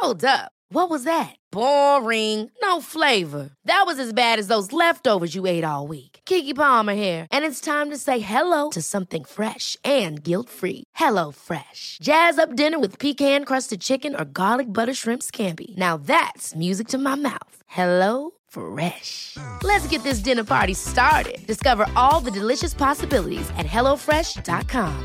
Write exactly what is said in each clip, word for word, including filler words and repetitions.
Hold up. What was that? Boring. No flavor. That was as bad as those leftovers you ate all week. Keke Palmer here, and it's time to say hello to something fresh and guilt-free. Hello Fresh. Jazz up dinner with pecan-crusted chicken or garlic butter shrimp scampi. Now that's music to my mouth. Hello Fresh. Let's get this dinner party started. Discover all the delicious possibilities at hello fresh dot com.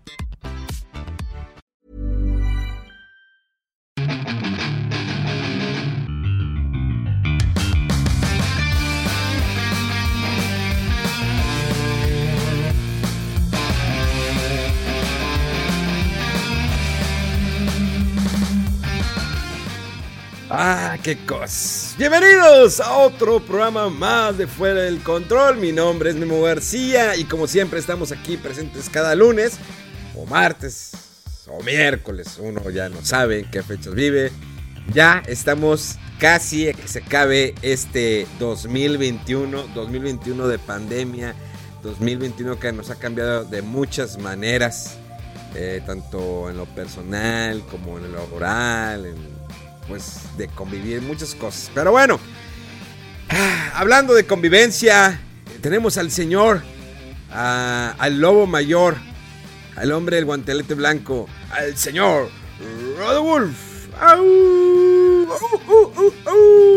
Ah, qué cos. Bienvenidos a otro programa más de Fuera del Control. Mi nombre es Memo García y como siempre estamos aquí presentes cada lunes o martes o miércoles. Uno ya no sabe en qué fechas vive. Ya estamos casi a que se acabe este dos mil veintiuno, dos mil veintiuno de pandemia, dos mil veintiuno que nos ha cambiado de muchas maneras, eh, tanto en lo personal como en lo laboral, en pues de convivir, muchas cosas. Pero bueno, ah, hablando de convivencia, tenemos al señor, ah, al lobo mayor, al hombre del guantelete blanco, al señor Rodolf. ¡Au! ¡Uh, uh, uh,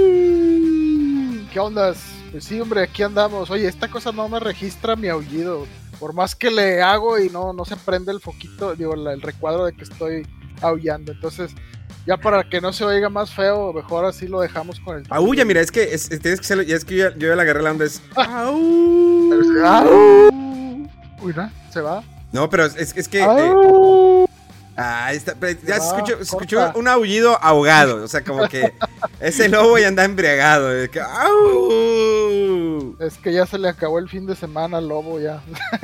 uh! ¿Qué onda? Pues sí, hombre, aquí andamos. Oye, esta cosa no me registra mi aullido. Por más que le hago y no, no se prende el foquito, digo, el, el recuadro de que estoy aullando. Entonces, ya para que no se oiga más feo, mejor así lo dejamos con el... Aulla, mira, es que es, es, tienes que hacerlo, ya es que yo, yo ya le agarré la onda, es... ¡Au! ¡Au! Uy, ¿no? ¿Se va? No, pero es, es que... ¡Au! Eh, ah, está, ya se escuchó, se escuchó un aullido ahogado, o sea, como que ese lobo ya anda embriagado. Es que, ¡au! Es que ya se le acabó el fin de semana al lobo, ya.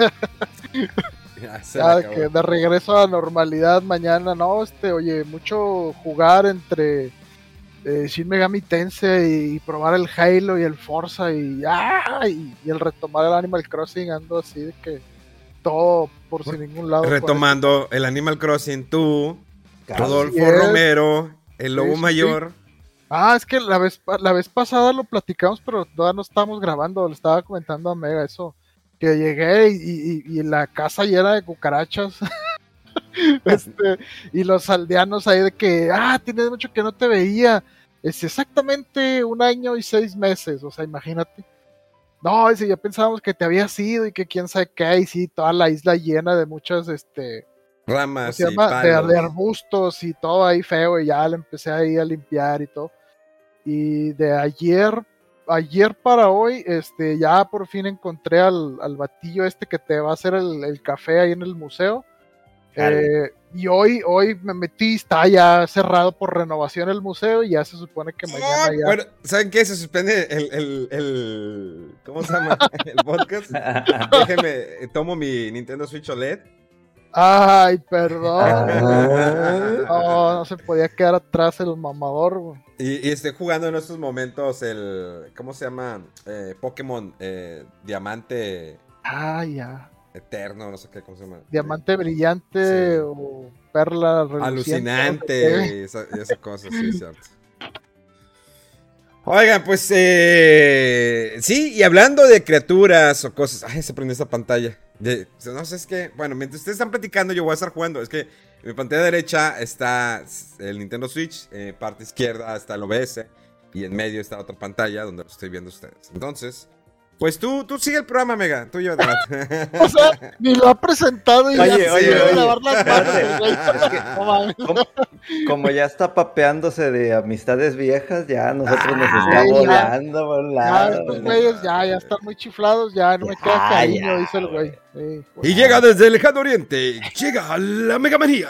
Ya, ya que de regreso a la normalidad mañana, no, este, oye, mucho jugar entre eh, Shin Megami Tensei y probar el Halo y el Forza y, ¡ah! y, y el retomar el Animal Crossing, ando así de que todo por sin ningún lado. Retomando el Animal Crossing, tú, Rodolfo Romero, el lobo sí, sí, mayor. Sí. Ah, es que la vez, la vez pasada lo platicamos, pero todavía no estábamos grabando, le estaba comentando a Mega eso. Que llegué y, y, y la casa llena de cucarachas. este, y los aldeanos ahí de que, ah, tienes mucho que no te veía. Es exactamente un año y seis meses, o sea, imagínate. No, ese, ya pensábamos que te habías ido y que quién sabe qué, y sí, toda la isla llena de muchas, este... ramas y palos. De, de arbustos y todo ahí feo, y ya le empecé ahí a limpiar y todo. Y de ayer... Ayer para hoy, este, ya por fin encontré al, al batillo este que te va a hacer el, el café ahí en el museo. Eh, y hoy, hoy me metí, está ya cerrado por renovación el museo y ya se supone que mañana ya... Bueno, ¿saben qué? Se suspende el, el, el ¿cómo se llama? El podcast. Déjenme, tomo mi Nintendo Switch O L E D. Ay, perdón. No, no se podía quedar atrás el mamador, güey. Y, y estoy jugando en estos momentos el, ¿cómo se llama? Eh, Pokémon eh, Diamante. Ah, ya. Eterno, no sé qué, ¿cómo se llama? Diamante brillante, sí. O perla reluciente. Alucinante, y esa, y esa cosa, sí, es cierto. Oigan, pues, eh, sí, y hablando de criaturas o cosas, ay, se prendió esta pantalla. De, no sé, es que, bueno, mientras ustedes están platicando, yo voy a estar jugando. Es que en mi pantalla derecha está el Nintendo Switch, eh, parte izquierda está el O B S, y en medio está otra pantalla donde lo estoy viendo ustedes. Entonces, pues tú, tú sigue el programa, Mega, tú lleva adelante. O sea, ni lo ha presentado y oye, ya oye, se oye, lavar las manos, es que, como, como ya está papeándose de amistades viejas, ya nosotros ah, nos está ya, volando por un lado. Ya, estos güeyes ya, ya están muy chiflados, ya no me queda ya, cariño, ya, dice el güey. Sí, pues, y llega desde el lejano oriente, llega la Mega Manía.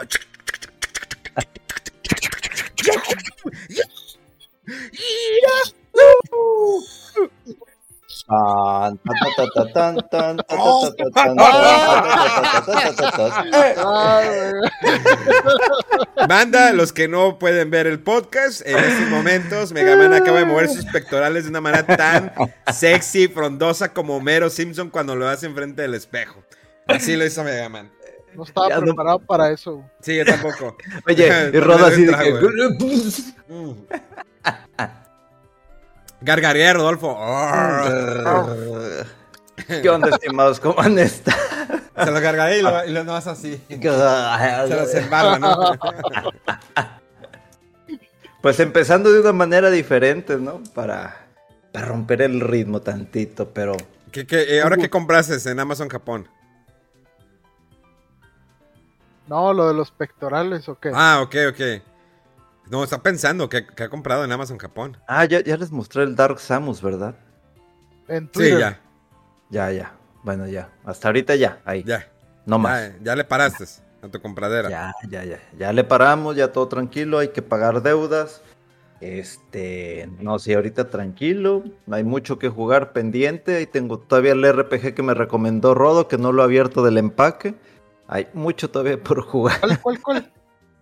Banda, los que no pueden ver el podcast, en estos momentos Mega Man acaba de mover sus pectorales de una manera tan sexy, frondosa como Homero Simpson cuando lo hace enfrente del espejo. Así lo hizo Mega Man. No estaba Ya no- preparado para eso. Sí, yo tampoco. Oye, y Rodo así de que... Mm. Gargaría, Rodolfo. Oh. ¿Qué onda, estimados? ¿Cómo han estado? Se lo gargaré y lo, y lo no vas así. Se los embarra, ¿no? Pues empezando de una manera diferente, ¿no? Para, para romper el ritmo tantito, pero... ¿Qué, qué, eh, ¿Ahora qué compraste en Amazon Japón? No, lo de los pectorales, ¿o qué? Ah, ok, ok. No, está pensando que, que ha comprado en Amazon Japón. Ah, ya, ya les mostré el Dark Samus, ¿verdad? En Twitter. Sí, ya. Ya, ya. Bueno, ya. Hasta ahorita ya. Ahí. Ya. No más. Ya, ya le paraste a tu compradera. Ya, ya, ya. Ya le paramos, ya todo tranquilo. Hay que pagar deudas. Este, no, sí, ahorita tranquilo. Hay mucho que jugar pendiente. Ahí tengo todavía el R P G que me recomendó Rodo, que no lo he abierto del empaque. Hay mucho todavía por jugar. ¿Cuál, cuál, cuál?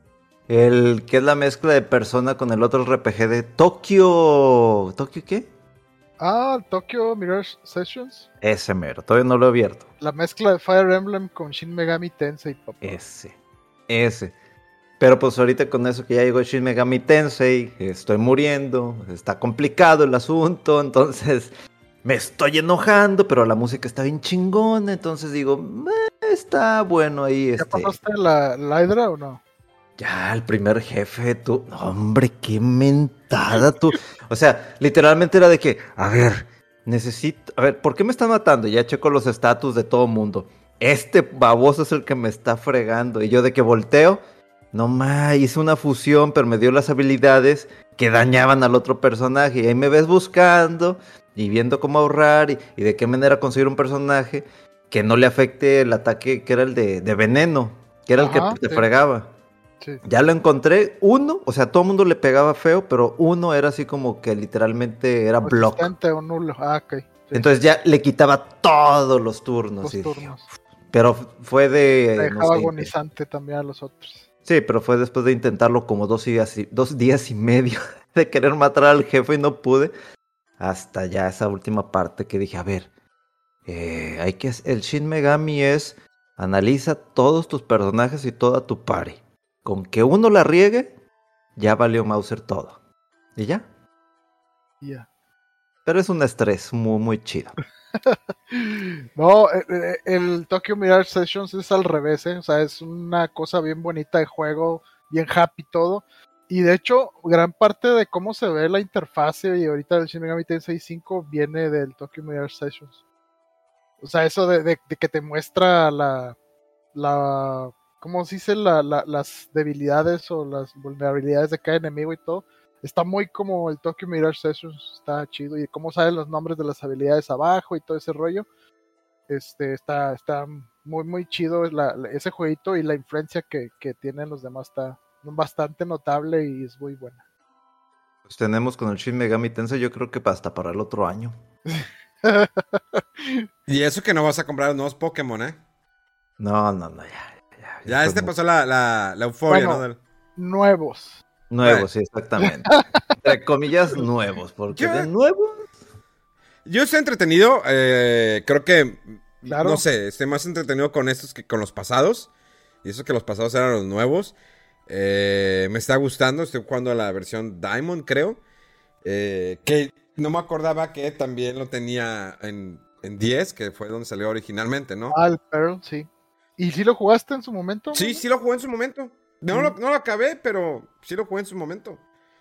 El que es la mezcla de Persona con el otro R P G de Tokio. ¿Tokio qué? Ah, Tokyo Mirage Sessions. Ese mero, todavía no lo he abierto. La mezcla de Fire Emblem con Shin Megami Tensei, papá. Ese, ese. Pero pues ahorita con eso que ya llegó Shin Megami Tensei, estoy muriendo, está complicado el asunto, entonces me estoy enojando, pero la música está bien chingona, entonces digo, "Meh, está bueno ahí". ¿Ya Este... pasaste la, la Hydra o no? Ya, el primer jefe, tú, no, hombre, qué mentada tú. O sea, literalmente era de que, a ver, necesito, a ver, ¿por qué me están matando? Ya checo los estatus de todo mundo. Este baboso es el que me está fregando. Y yo de que volteo, no más, hice una fusión, pero me dio las habilidades que dañaban al otro personaje. Y ahí me ves buscando y viendo cómo ahorrar y, y de qué manera conseguir un personaje que no le afecte el ataque que era el de, de veneno, que era Ajá, el que te sí. fregaba. Sí. Ya lo encontré, uno, o sea, todo el mundo le pegaba feo, pero uno era así como que literalmente era block. Resistente o nulo. Ah, ok. Sí. Entonces ya le quitaba todos los turnos. Dos y- turnos. Pero fue de... Te no dejaba sé, agonizante también a los otros. sí, pero fue después de intentarlo como dos días y, dos días y medio de querer matar al jefe y no pude. Hasta ya esa última parte que dije, a ver, eh, hay que... el Shin Megami es... analiza todos tus personajes y toda tu party. Con que uno la riegue, ya valió Mauser todo. Y ya. Ya. Pero es un estrés muy, muy chido. No, eh, eh, el Tokyo Mirage Sessions es al revés, ¿eh? O sea, es una cosa bien bonita de juego, bien happy todo. Y de hecho, gran parte de cómo se ve la interfase y ahorita el Shin Megami Tensei cinco viene del Tokyo Mirage Sessions. O sea, eso de, de- de que te muestra la, la ¿cómo se dice? La, la- las debilidades o las vulnerabilidades de cada enemigo y todo. Está muy como el Tokyo Mirage Sessions, está chido. Y cómo salen los nombres de las habilidades abajo y todo ese rollo. Este, está, está muy, muy chido la- la- ese jueguito y la influencia que, que tienen los demás está bastante notable y es muy buena. Pues tenemos con el Shin Megami Tensei, yo creo que hasta para el otro año. Y eso que no vas a comprar los nuevos Pokémon, ¿eh? No, no, no, ya. Ya, Ya estoy este muy- pasó la, la, la euforia, Bueno. ¿no? Del- Nuevos. Nuevos, Bueno. sí, exactamente. Entre comillas, nuevos. Porque Yo- de nuevo... Yo estoy entretenido, eh, creo que, Claro. no sé, estoy más entretenido con estos que con los pasados. Y eso que los pasados eran los nuevos. Eh, me está gustando, estoy jugando a la versión Diamond, creo. Eh, que no me acordaba que también lo tenía en, en diez, que fue donde salió originalmente, ¿no? Ah, el Pearl, sí. ¿Y si lo jugaste en su momento? Sí, sí lo jugué en su momento. No, Mm. lo, no lo acabé, pero sí lo jugué en su momento.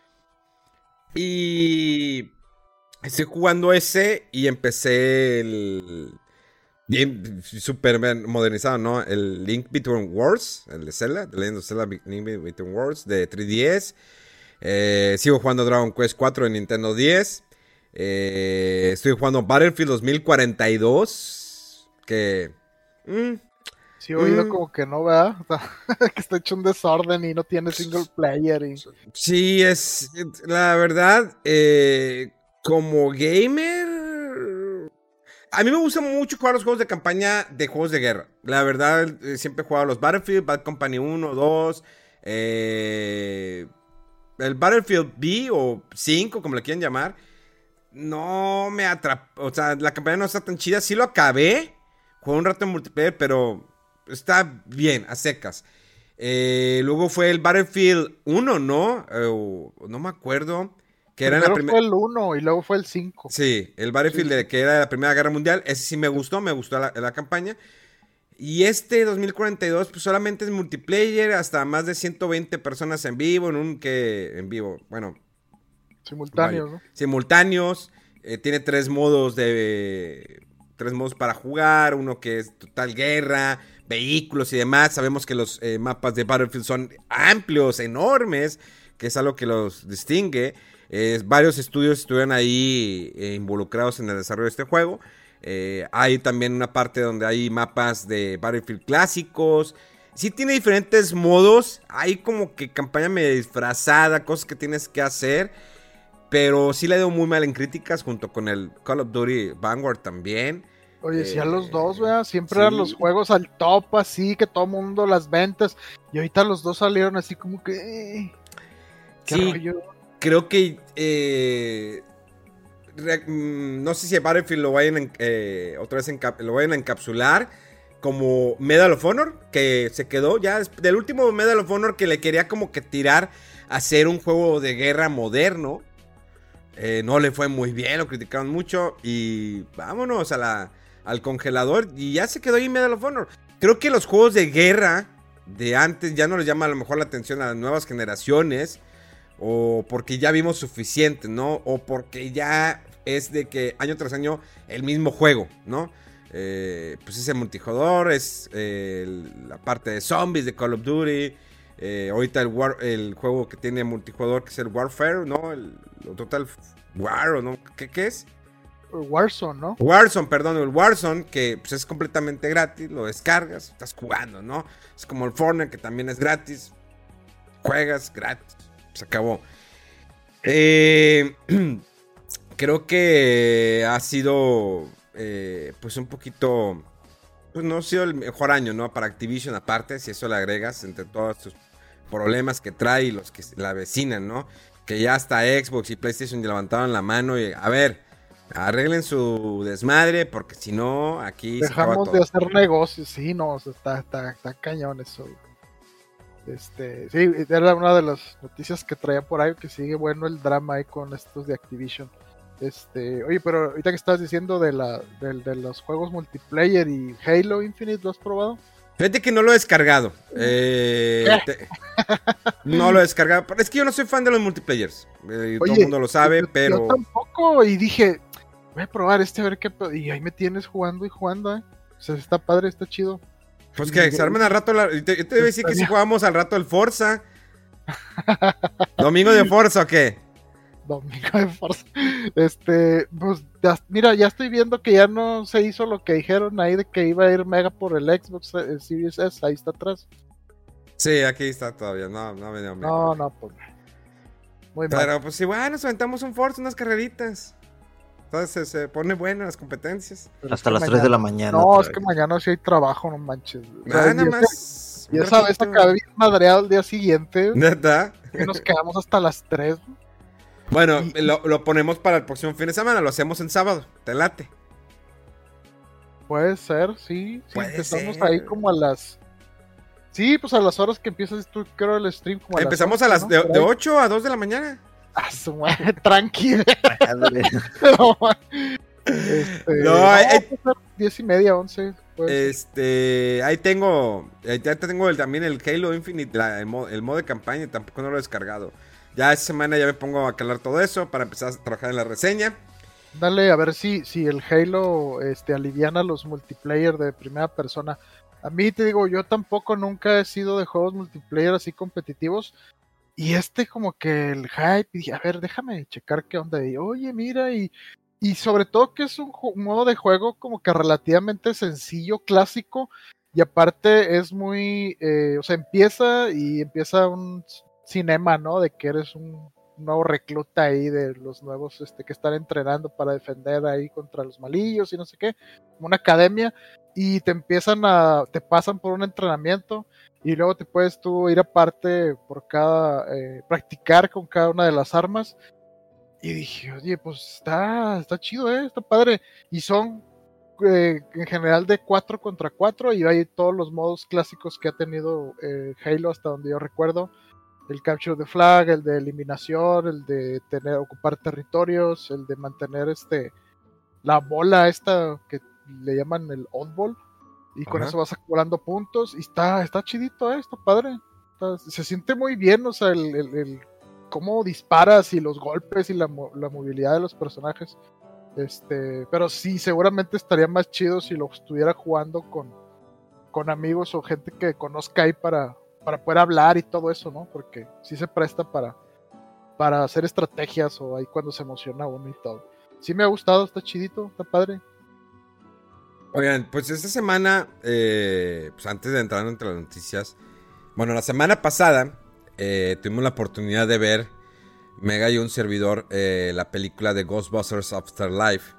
Y estoy jugando ese y empecé el... Bien, súper modernizado, ¿no? El Link Between Worlds, el de Zelda, The Legend of Zelda Link Between Worlds de tres D S. Eh, sigo jugando Dragon Quest cuatro en Nintendo diez. Eh, estoy jugando Battlefield dos mil cuarenta y dos. Que... mm, Sí, he oído Mm. como que no, ¿verdad? O sea, que está hecho un desorden y no tiene single player. Y... sí, es... La verdad, eh, como gamer... A mí me gusta mucho jugar los juegos de campaña de juegos de guerra. La verdad, eh, siempre he jugado los Battlefield, Bad Company uno, dos, eh, el Battlefield B o cinco, como le quieran llamar. No me atrapó, o sea, la campaña no está tan chida. Sí lo acabé, jugué un rato en multiplayer, pero está bien, a secas. Eh, luego fue el Battlefield uno, ¿no? Eh, no me acuerdo. Que era Primero la fue el uno y luego fue el cinco. Sí, el Battlefield Sí, sí. De, que era de la Primera Guerra Mundial. Ese sí me gustó, me gustó la, la campaña. Y este dos mil cuarenta y dos, pues solamente es multiplayer, hasta más de ciento veinte personas en vivo, en un que, en vivo, bueno. Simultáneos, vaya, ¿no? Simultáneos. Eh, tiene tres modos de, tres modos para jugar, uno que es total guerra, vehículos y demás. Sabemos que los eh, mapas de Battlefield son amplios, enormes, que es algo que los distingue. Eh, varios estudios estuvieron ahí eh, involucrados en el desarrollo de este juego. Eh, hay también una parte donde hay mapas de Battlefield clásicos. Sí tiene diferentes modos. Hay como que campaña medio disfrazada, cosas que tienes que hacer. Pero sí le dio muy mal en críticas junto con el Call of Duty Vanguard también. Oye, eh, si a los dos, ¿verdad? Siempre sí. eran los juegos al top, así, que todo mundo las ventas. Y ahorita los dos salieron así como que... eh, ¿qué Sí, rollo? creo que eh, re, mm, no sé si a Battlefield lo vayan a, eh, otra vez encap, lo vayan a encapsular como Medal of Honor, que se quedó ya del último Medal of Honor, que le quería como que tirar a hacer un juego de guerra moderno. Eh, no le fue muy bien, lo criticaron mucho y vámonos a la, al congelador y ya se quedó ahí Medal of Honor. Creo que los juegos de guerra de antes ya no les llama a lo mejor la atención a las nuevas generaciones. O porque ya vimos suficiente, ¿no? O porque ya es de que año tras año el mismo juego, ¿no? Eh, pues ese multijugador, es eh, la parte de zombies de Call of Duty. Eh, ahorita el, War, el juego que tiene multijugador, que es el Warfare, ¿no? El, el Total War, ¿o no? ¿Qué, qué es? Warzone, ¿no? Warzone, perdón, el Warzone, que pues, es completamente gratis, lo descargas, estás jugando, ¿no? Es como el Fortnite, que también es gratis. Juegas gratis. Se acabó. Eh, creo que ha sido eh, pues un poquito, pues no ha sido el mejor año, ¿no? Para Activision, aparte, si eso le agregas entre todos sus problemas que trae y los que la vecinan, ¿no? Que ya hasta Xbox y PlayStation levantaron la mano y a ver, arreglen su desmadre porque si no, aquí se acaba Dejamos todo. de hacer negocios, sí, no, o sea, está, está, está cañón eso. Este, sí, era una de las noticias que traía por ahí, que sigue bueno el drama ahí con estos de Activision. Este, oye, pero ahorita que estás diciendo de la, de, de los juegos multiplayer y Halo Infinite, ¿lo has probado? Fíjate que no lo he descargado. Eh, te, no lo he descargado. Pero es que yo no soy fan de los multiplayers. Eh, Oye, todo el mundo lo sabe, yo, pero. Yo tampoco, y dije, voy a probar este a ver qué. Y ahí me tienes jugando y jugando, ¿eh? O sea, está padre, está chido. Pues que se armen al rato. La, te, te voy a decir que si jugamos al rato el Forza. ¿Domingo de Forza o qué? Domingo de Forza. Este, pues ya, mira, ya estoy viendo que ya no se hizo lo que dijeron ahí de que iba a ir Mega por el Xbox el Series S, ahí está atrás. Sí, aquí está todavía. No, no me dio No, no, pues. Muy mal. Pero pues igual nos aventamos un Forza, unas carreritas. Entonces se pone bueno las competencias. Pero Hasta es las que tres de la mañana- mañana. No, otra es que vez. mañana sí hay trabajo, no manches. O sea, Ah, y nada ese- más. Y un esa vez ratito. acabé bien madreado el día siguiente. ¿Neta? Y nos quedamos hasta las tres. Bueno, Y- lo, lo ponemos para el próximo fin de semana. Lo hacemos en sábado. Te late. Puede ser, sí. sí Puede empezamos ser. ahí como a las. Sí, pues a las horas que empiezas tú, creo, el stream. Como a Empezamos las a las once, de, ¿no? de ocho a dos de la mañana. Ah, su madre, tranquilo. Madre. No, man. Este, No, no, hay- puede ser diez y media, once. puede ser. Este, ahí tengo, ahí ya tengo el, también el Halo Infinite, la- el, modo, el modo de campaña, y tampoco no lo he descargado. Ya esta semana ya me pongo a calar todo eso para empezar a trabajar en la reseña. Dale, a ver si, si el Halo este, aliviana los multiplayer de primera persona. A mí te digo, yo tampoco nunca he sido de juegos multiplayer así competitivos. Y este como que el hype, y dije, a ver, déjame checar qué onda. Y oye, mira, y, y sobre todo que es un, ju- un modo de juego como que relativamente sencillo, clásico. Y aparte es muy, eh, o sea, empieza y empieza un cinema, ¿no? De que eres un nuevo recluta ahí de los nuevos este, que están entrenando para defender ahí contra los malillos y no sé qué, como una academia, y te empiezan a, te pasan por un entrenamiento y luego te puedes tú ir aparte por cada, eh, practicar con cada una de las armas. Y dije, oye, pues está, está chido, eh, está padre. Y son eh, en general de cuatro contra cuatro y hay todos los modos clásicos que ha tenido eh, Halo hasta donde yo recuerdo. El Capture the Flag, el de eliminación, el de tener ocupar territorios, el de mantener este la bola esta que le llaman el oddball y con Ajá. eso vas acumulando puntos y está, está chidito, eh, está padre. Está, se siente muy bien, o sea, el, el, el cómo disparas y los golpes y la, la movilidad de los personajes. Este, pero sí, seguramente estaría más chido si lo estuviera jugando con, con amigos o gente que conozca ahí para, para poder hablar y todo eso, ¿no? Porque sí se presta para, para hacer estrategias o ahí cuando se emociona uno y todo. Sí me ha gustado, está chidito, está padre. Oigan, pues esta semana, eh, pues antes de entrar entre las noticias, bueno, la semana pasada eh, tuvimos la oportunidad de ver Mega y un servidor eh, la película de Ghostbusters Afterlife,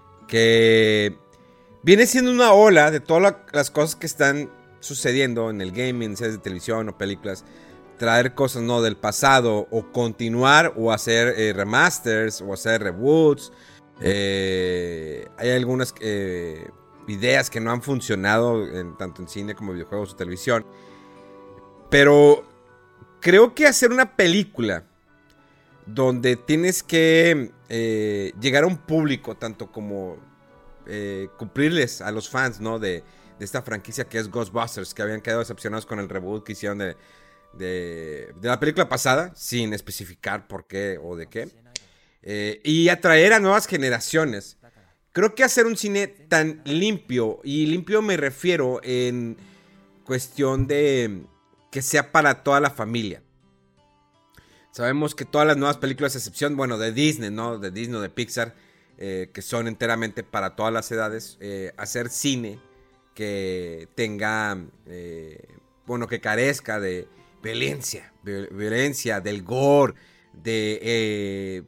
que viene siendo una ola de todas las cosas que están sucediendo en el gaming, series de televisión o películas, traer cosas no del pasado o continuar o hacer eh, remasters o hacer reboots. Eh, hay algunas eh, ideas que no han funcionado en, tanto en cine como videojuegos o televisión, pero creo que hacer una película donde tienes que eh, llegar a un público, tanto como eh, cumplirles a los fans, ¿no? De, de esta franquicia que es Ghostbusters, que habían quedado decepcionados con el reboot que hicieron de, de, de la película pasada, sin especificar por qué o de qué. Eh, y atraer a nuevas generaciones. Creo que hacer un cine tan limpio, y limpio me refiero en cuestión de que sea para toda la familia. Sabemos que todas las nuevas películas, a excepción, bueno, de Disney, ¿no? De Disney o de Pixar, eh, que son enteramente para todas las edades, eh, hacer cine que tenga, eh, bueno, que carezca de violencia, violencia, del gore, de eh,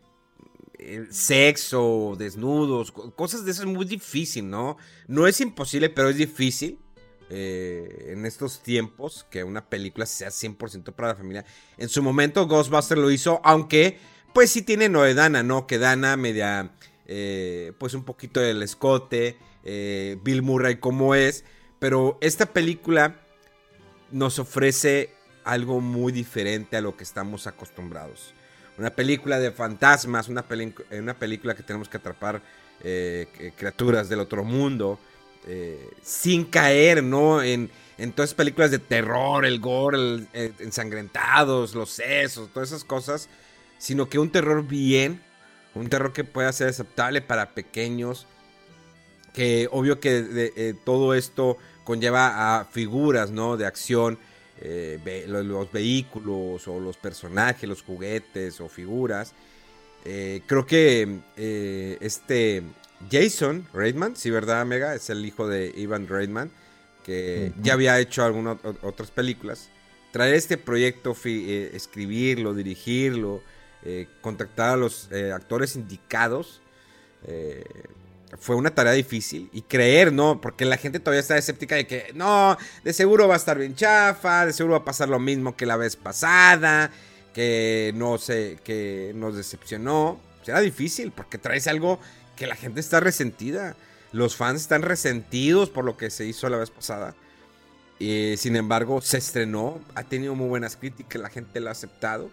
sexo, desnudos, cosas de eso es muy difícil, ¿no? No es imposible, pero es difícil. Eh, en estos tiempos que una película sea cien por ciento para la familia. En su momento Ghostbusters lo hizo, aunque pues sí tiene novedana, ¿no? Que Dana media, eh, pues un poquito del escote, eh, Bill Murray como es, pero esta película nos ofrece algo muy diferente a lo que estamos acostumbrados. Una película de fantasmas, una, peli- una película que tenemos que atrapar eh, criaturas del otro mundo. Eh, sin caer, ¿no? En, en todas esas películas de terror, el gore, el, el, ensangrentados, los sesos, todas esas cosas, sino que un terror bien, un terror que pueda ser aceptable para pequeños, que obvio que de, eh, todo esto conlleva a figuras, ¿no? De acción, eh, ve, los, los vehículos o los personajes, los juguetes o figuras. Eh, creo que eh, este Jason Reitman, sí, ¿verdad, Mega? Es el hijo de Ivan Reitman, que uh-huh. ya había hecho algunas otras películas. Traer este proyecto, eh, escribirlo, dirigirlo, eh, contactar a los eh, actores indicados, eh, fue una tarea difícil. Y creer, ¿no? Porque la gente todavía está escéptica de que, no, de seguro va a estar bien chafa, de seguro va a pasar lo mismo que la vez pasada, que no sé, que nos decepcionó. Será difícil porque traes algo que la gente está resentida. Los fans están resentidos por lo que se hizo la vez pasada. Y sin embargo, se estrenó. Ha tenido muy buenas críticas. La gente la ha aceptado.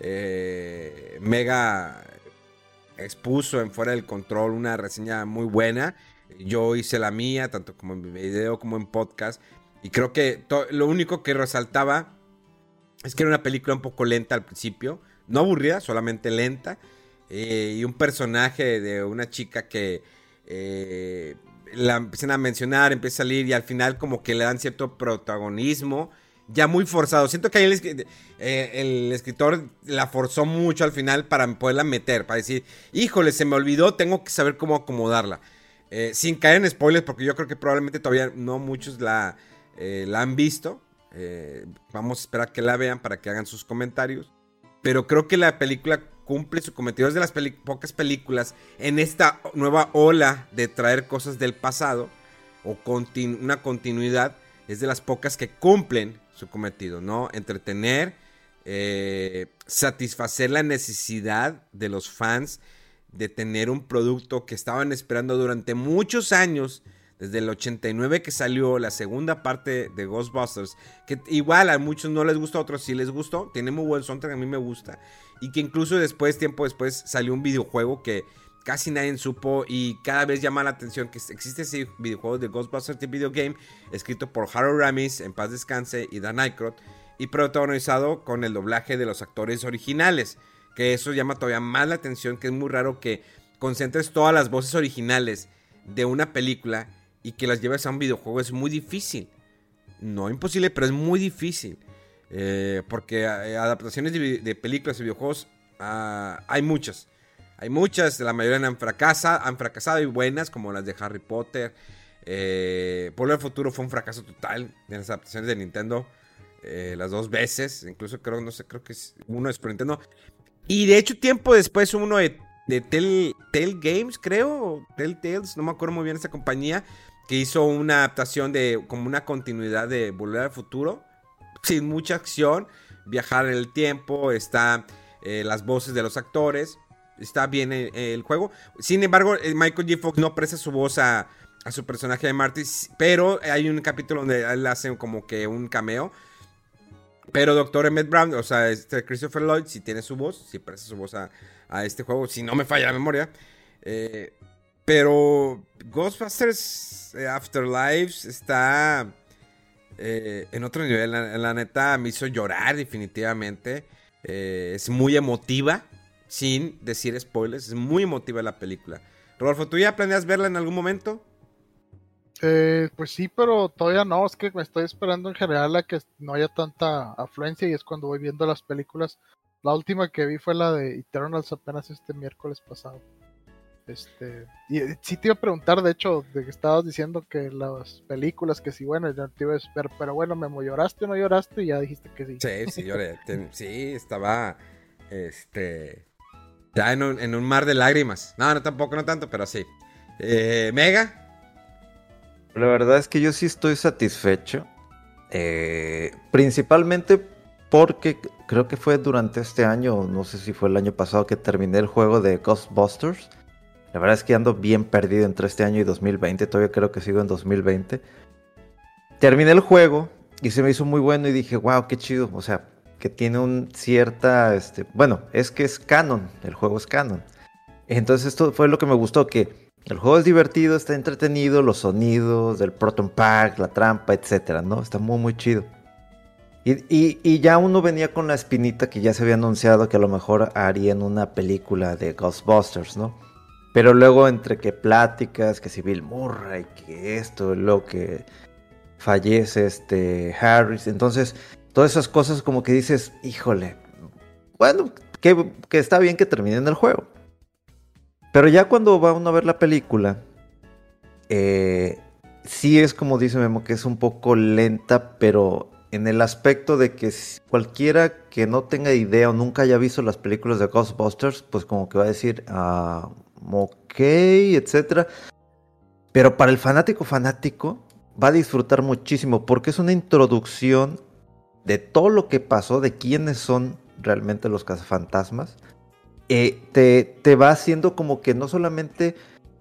Eh, Mega expuso en Fuera del Control una reseña muy buena. Yo hice la mía, tanto como en video como en podcast. Y creo que to- lo único que resaltaba es que era una película un poco lenta al principio. No aburrida, solamente lenta. Eh, y un personaje de una chica que eh, la empiezan a mencionar, empieza a salir y al final como que le dan cierto protagonismo ya muy forzado. Siento que ahí el, eh, el escritor la forzó mucho al final para poderla meter, para decir, híjole, se me olvidó, tengo que saber cómo acomodarla, eh, sin caer en spoilers, porque yo creo que probablemente todavía no muchos la, eh, la han visto. Eh, vamos a esperar que la vean para que hagan sus comentarios, pero creo que la película cumple su cometido. Es de las peli- pocas películas en esta nueva ola de traer cosas del pasado o continu- una continuidad. Es de las pocas que cumplen su cometido, ¿no? Entretener, eh, satisfacer la necesidad de los fans de tener un producto que estaban esperando durante muchos años Desde el ochenta y nueve que salió la segunda parte de Ghostbusters, que igual a muchos no les gusta, a otros sí les gustó, tiene muy buen soundtrack, a mí me gusta. Y que incluso después, tiempo después, salió un videojuego que casi nadie supo y cada vez llama la atención que existe ese videojuego de Ghostbusters The Video Game, escrito por Harold Ramis, en paz descanse, y Dan Aykroyd, y protagonizado con el doblaje de los actores originales, que eso llama todavía más la atención, que es muy raro que concentres todas las voces originales de una película y que las lleves a un videojuego. Es muy difícil, no imposible, pero es muy difícil, eh, porque eh, adaptaciones de, de películas y videojuegos uh, hay muchas, hay muchas, la mayoría han fracasado, han fracasado y buenas, como las de Harry Potter. eh, Volver al Futuro fue un fracaso total en las adaptaciones de Nintendo, eh, las dos veces, incluso creo, no sé, creo que es uno de Super Nintendo, y de hecho tiempo después uno de, de Tell, Tell Games, creo, Telltales, no me acuerdo muy bien esa compañía, que hizo una adaptación de como una continuidad de Volver al Futuro, sin mucha acción, viajar en el tiempo, está eh, las voces de los actores, está bien el, el juego. Sin embargo, Michael J. Fox no presta su voz a, a su personaje de Marty, pero hay un capítulo donde él hace como que un cameo. Pero Doctor Emmett Brown, o sea, este Christopher Lloyd, sí tiene su voz, sí presta su voz a, a este juego, si no me falla la memoria. Eh, pero Ghostbusters Afterlife está eh, en otro nivel. La, la neta me hizo llorar definitivamente. Eh, es muy emotiva, sin decir spoilers, es muy emotiva la película. Rodolfo, ¿tú ya planeas verla en algún momento? Eh, pues sí, pero todavía no, es que me estoy esperando en general a que no haya tanta afluencia y es cuando voy viendo las películas. La última que vi fue la de Eternals apenas este miércoles pasado. Este, y sí te iba a preguntar, de hecho, de que estabas diciendo que las películas, que sí, bueno, ya te iba a esperar, pero bueno, ¿Memo, lloraste o no lloraste? Y ya dijiste que sí. Sí, sí, lloré. Sí, estaba, este, ya en un, en un mar de lágrimas. No, no, tampoco, no tanto, pero sí. Eh, Mega. La verdad es que yo sí estoy satisfecho, eh, principalmente porque creo que fue durante este año, no sé si fue el año pasado, que terminé el juego de Ghostbusters. La verdad es que ando bien perdido entre este año y dos mil veinte, todavía creo que sigo en dos mil veinte. Terminé el juego y se me hizo muy bueno y dije, wow, qué chido, o sea, que tiene un cierta, este, bueno, es que es canon, el juego es canon. Entonces esto fue lo que me gustó, que el juego es divertido, está entretenido, los sonidos del Proton Pack, la trampa, etcétera, ¿no? Está muy, muy chido. Y, y, y ya uno venía con la espinita que ya se había anunciado que a lo mejor harían una película de Ghostbusters, ¿no? Pero luego entre que pláticas, que si Bill Murray, que esto, luego que fallece este Harris, entonces todas esas cosas como que dices, híjole, bueno, que, que está bien que terminen el juego. Pero ya cuando va uno a ver la película, eh, sí es como dice Memo, que es un poco lenta, pero en el aspecto de que cualquiera que no tenga idea o nunca haya visto las películas de Ghostbusters, pues como que va a decir, ah, ok, etcétera. Pero para el fanático fanático va a disfrutar muchísimo, porque es una introducción de todo lo que pasó, de quiénes son realmente los cazafantasmas. Eh, te, te va haciendo como que no solamente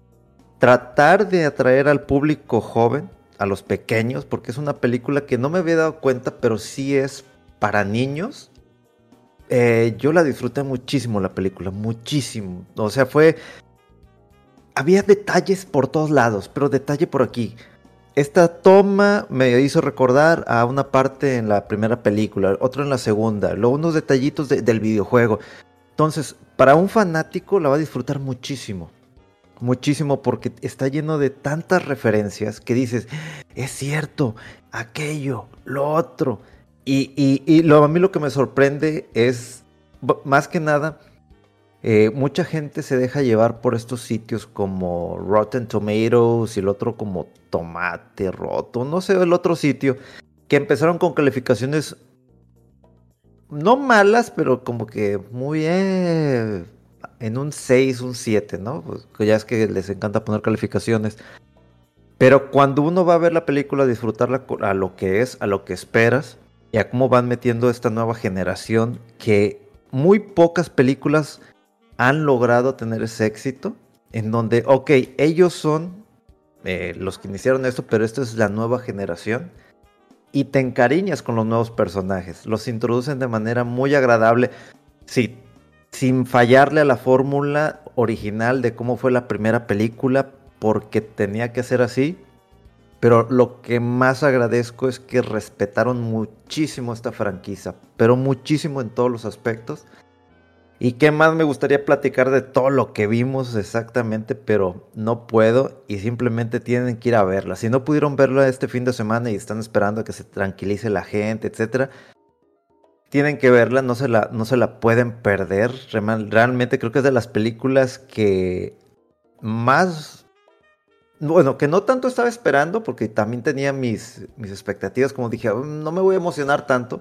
tratar de atraer al público joven, a los pequeños, porque es una película que no me había dado cuenta, pero sí es para niños. Eh, yo la disfruté muchísimo la película, muchísimo. O sea, fue... Había detalles por todos lados, pero detalle por aquí. Esta toma me hizo recordar a una parte en la primera película, otro en la segunda, luego unos detallitos de, del videojuego. Entonces, para un fanático la va a disfrutar muchísimo. Muchísimo, porque está lleno de tantas referencias que dices, es cierto, aquello, lo otro. Y, y, y lo, a mí lo que me sorprende es, más que nada, eh, mucha gente se deja llevar por estos sitios como Rotten Tomatoes y el otro como Tomate Roto, no sé, el otro sitio, que empezaron con calificaciones no malas, pero como que muy eh, en un seis, un siete, ¿no? Pues ya es que les encanta poner calificaciones. Pero cuando uno va a ver la película, a disfrutarla a lo que es, a lo que esperas, y a cómo van metiendo esta nueva generación, que muy pocas películas han logrado tener ese éxito, en donde, ok, ellos son eh, los que iniciaron esto, pero esto es la nueva generación. Y te encariñas con los nuevos personajes. Los introducen de manera muy agradable. Sí, sin fallarle a la fórmula original de cómo fue la primera película, porque tenía que ser así. Pero lo que más agradezco es que respetaron muchísimo esta franquicia, pero muchísimo en todos los aspectos. Y qué más me gustaría platicar de todo lo que vimos exactamente, pero no puedo y simplemente tienen que ir a verla. Si no pudieron verla este fin de semana y están esperando a que se tranquilice la gente, etcétera, tienen que verla, no se la, no se la pueden perder. Realmente creo que es de las películas que más, bueno, que no tanto estaba esperando, porque también tenía mis, mis expectativas, como dije, no me voy a emocionar tanto.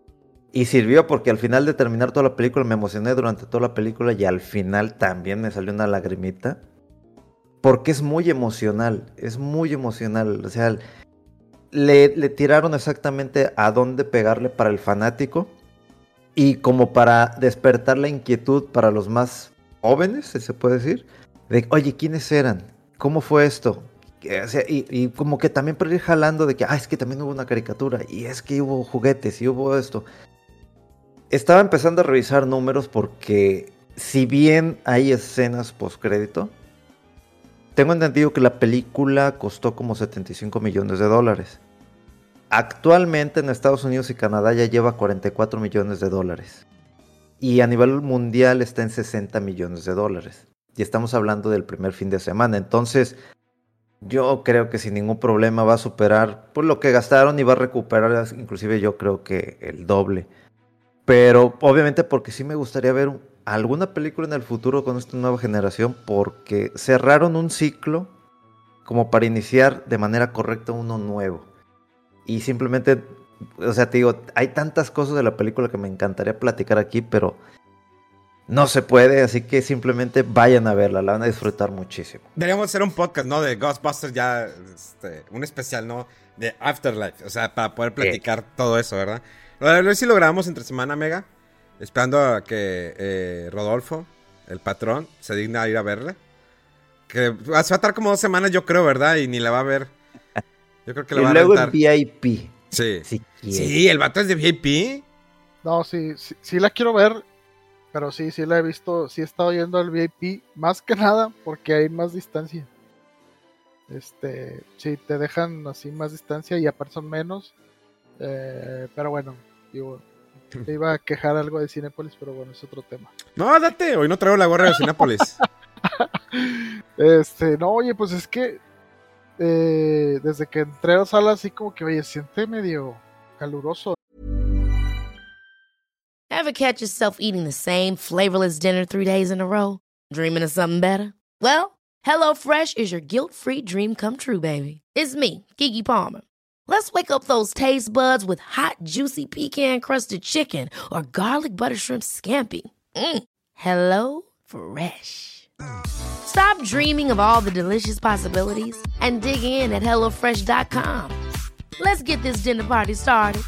Y sirvió porque al final de terminar toda la película me emocioné durante toda la película y al final también me salió una lagrimita. Porque es muy emocional, es muy emocional. O sea, le, le tiraron exactamente a dónde pegarle para el fanático. Y como para despertar la inquietud para los más jóvenes, si se puede decir. De, oye, ¿quiénes eran? ¿Cómo fue esto? O sea, y, y como que también para ir jalando de que, ah, es que también hubo una caricatura. Y es que hubo juguetes y hubo esto. Estaba empezando a revisar números porque si bien hay escenas postcrédito, tengo entendido que la película costó como setenta y cinco millones de dólares. Actualmente en Estados Unidos y Canadá ya lleva cuarenta y cuatro millones de dólares. Y a nivel mundial está en sesenta millones de dólares. Y estamos hablando del primer fin de semana. Entonces, yo creo que sin ningún problema va a superar pues, lo que gastaron y va a recuperar inclusive yo creo que el doble. Pero obviamente porque sí me gustaría ver alguna película en el futuro con esta nueva generación, porque cerraron un ciclo como para iniciar de manera correcta uno nuevo. Y simplemente, o sea, te digo, hay tantas cosas de la película que me encantaría platicar aquí, pero no se puede, así que simplemente vayan a verla, la van a disfrutar muchísimo. Deberíamos hacer un podcast, ¿no? De Ghostbusters ya, este, un especial, ¿no? De Afterlife, o sea, para poder platicar eh. todo eso, ¿verdad? A ver si lo grabamos entre semana, Mega. Esperando a que eh, Rodolfo, el patrón, se digna a ir a verla. Que se va a estar como dos semanas, yo creo, ¿verdad? Y ni la va a ver. Yo creo que la y va a luego rentar. En V I P. Sí. Si sí, el vato es de V I P. No, sí, sí, sí la quiero ver. Pero sí, sí la he visto. Sí he estado yendo al V I P. Más que nada porque hay más distancia. Este, sí, te dejan así más distancia y aparte son menos. Eh, pero bueno, digo, te iba a quejar algo de Cinépolis, pero bueno, es otro tema. No, date, hoy no traigo la gorra de Cinépolis. este, no, oye, pues es que eh, desde que entré a la sala así como que, oye, siente medio caluroso. Ever catch yourself eating the same flavorless dinner three days in a row? Dreaming of something better? Well, HelloFresh is your guilt-free dream come true, baby. It's me, Keke Palmer. Let's wake up those taste buds with hot, juicy pecan-crusted chicken or garlic butter shrimp scampi. Mm. Hello Fresh. Stop dreaming of all the delicious possibilities and dig in at hello fresh dot com. Let's get this dinner party started.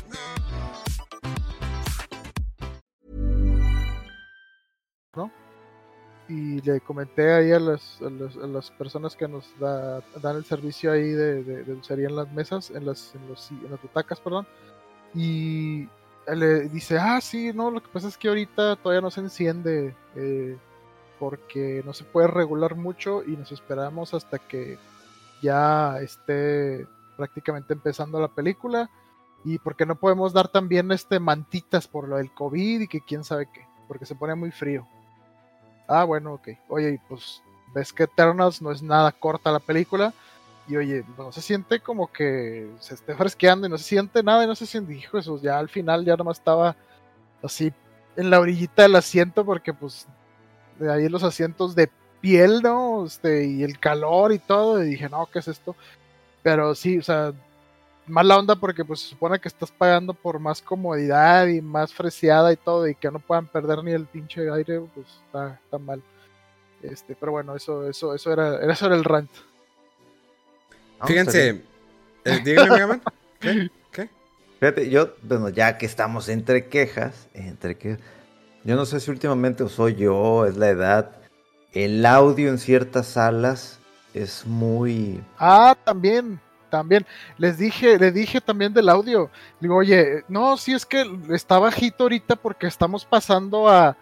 ¿No? Y le comenté ahí a las, a las, a las personas que nos da, dan el servicio ahí de, de, de dulcería en las mesas, en las, en, los, en las butacas, perdón. Y le dice, ah, sí, no, lo que pasa es que ahorita todavía no se enciende eh, porque no se puede regular mucho y nos esperamos hasta que ya esté prácticamente empezando la película y porque no podemos dar también este mantitas por lo del COVID y que quién sabe qué, porque se pone muy frío. Ah, bueno, ok. Oye, pues ves que Eternals no es nada corta la película. Y oye, no se siente como que se esté fresqueando y no se siente nada y no se siente, hijo, eso ya al final ya nomás estaba así en la orillita del asiento porque pues de ahí los asientos de piel, ¿no? Este, y el calor y todo. Y dije, no, ¿qué es esto? Pero sí, o sea, mala onda porque pues se supone que estás pagando por más comodidad y más freseada y todo y que no puedan perder ni el pinche aire, pues está, está mal. Este, pero bueno, eso, eso, eso era, eso era el rant. Fíjense, eh, díganme, Megaman. ¿Qué? ¿Qué? Fíjate, yo, bueno, ya que estamos entre quejas, entre que yo no sé si últimamente o soy yo, es la edad, el audio en ciertas salas es muy... Ah, también, también. Les dije, le dije también del audio. Digo, oye, no, si es que está bajito ahorita porque estamos pasando a,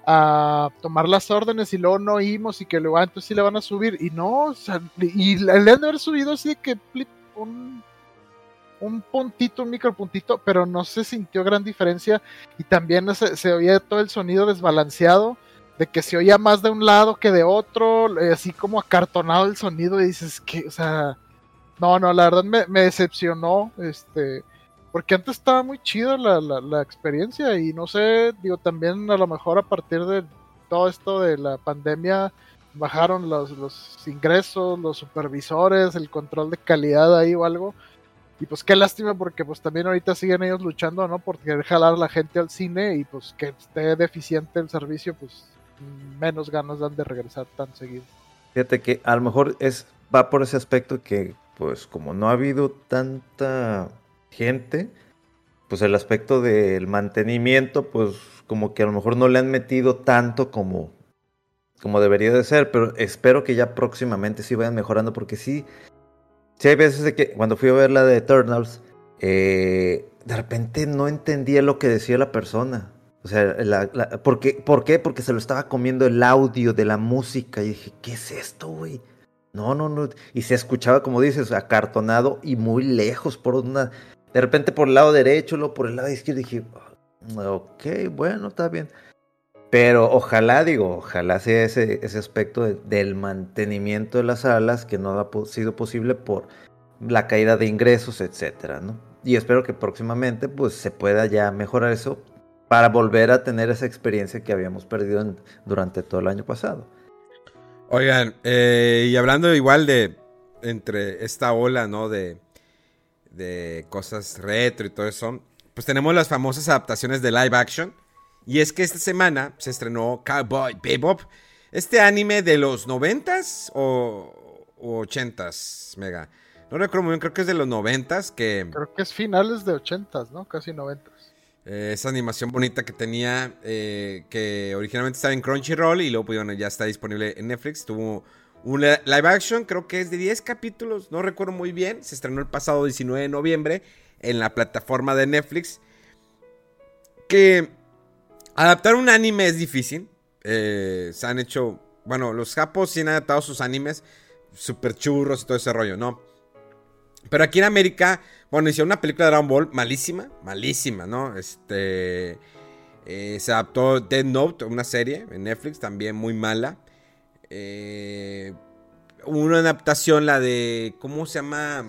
a tomar las órdenes y luego no oímos y que luego, ah, entonces sí le van a subir. Y no, o sea, y le han de haber subido así que plip, un, un puntito, un micropuntito, pero no se sintió gran diferencia. Y también se, se oía todo el sonido desbalanceado, de que se oía más de un lado que de otro, así como acartonado el sonido, y dices que, o sea, no, no, la verdad me, me decepcionó, este, porque antes estaba muy chido la, la, la experiencia, y no sé, digo, también a lo mejor a partir de todo esto de la pandemia, bajaron los, los ingresos, los supervisores, el control de calidad ahí o algo, y pues qué lástima porque pues también ahorita siguen ellos luchando, ¿no? Por querer jalar a la gente al cine, y pues que esté deficiente el servicio, pues menos ganas dan de regresar tan seguido. Fíjate que a lo mejor es va por ese aspecto que, pues, como no ha habido tanta gente, pues el aspecto del mantenimiento, pues, como que a lo mejor no le han metido tanto como, como debería de ser, pero espero que ya próximamente sí vayan mejorando, porque sí, sí hay veces de que cuando fui a ver la de Eternals, eh, de repente no entendía lo que decía la persona. O sea, la, la, ¿por qué? ¿por qué? Porque se lo estaba comiendo el audio de la música. Y dije, ¿qué es esto, güey? No, no, no. Y se escuchaba, como dices, acartonado y muy lejos por una... De repente por el lado derecho, luego por el lado izquierdo. Dije, ok, bueno, está bien. Pero ojalá, digo, ojalá sea ese, ese aspecto de, del mantenimiento de las salas que no ha po- sido posible por la caída de ingresos, etcétera, ¿no? Y espero que próximamente, pues, se pueda ya mejorar eso para volver a tener esa experiencia que habíamos perdido en, durante todo el año pasado. Oigan, eh, y hablando igual de entre esta ola, ¿no? De, de cosas retro y todo eso, pues tenemos las famosas adaptaciones de live action. Y es que esta semana se estrenó Cowboy Bebop, este anime de los noventas o, o ochentas, Mega. No recuerdo muy bien, creo que es de los noventas, que... Creo que es finales de ochentas, ¿no? Casi noventas. Eh, esa animación bonita que tenía, eh, que originalmente estaba en Crunchyroll y luego pues, bueno, ya está disponible en Netflix. Tuvo un live action, creo que es de diez capítulos, no recuerdo muy bien. Se estrenó el pasado diecinueve de noviembre en la plataforma de Netflix. Que adaptar un anime es difícil. Eh, se han hecho, bueno, los japos sí han adaptado sus animes super churros y todo ese rollo, ¿no? Pero aquí en América, bueno, hicieron una película de Dragon Ball malísima, malísima, ¿no? Este, eh, se adaptó Death Note, una serie en Netflix, también muy mala. Eh, una adaptación, la de, ¿cómo se llama?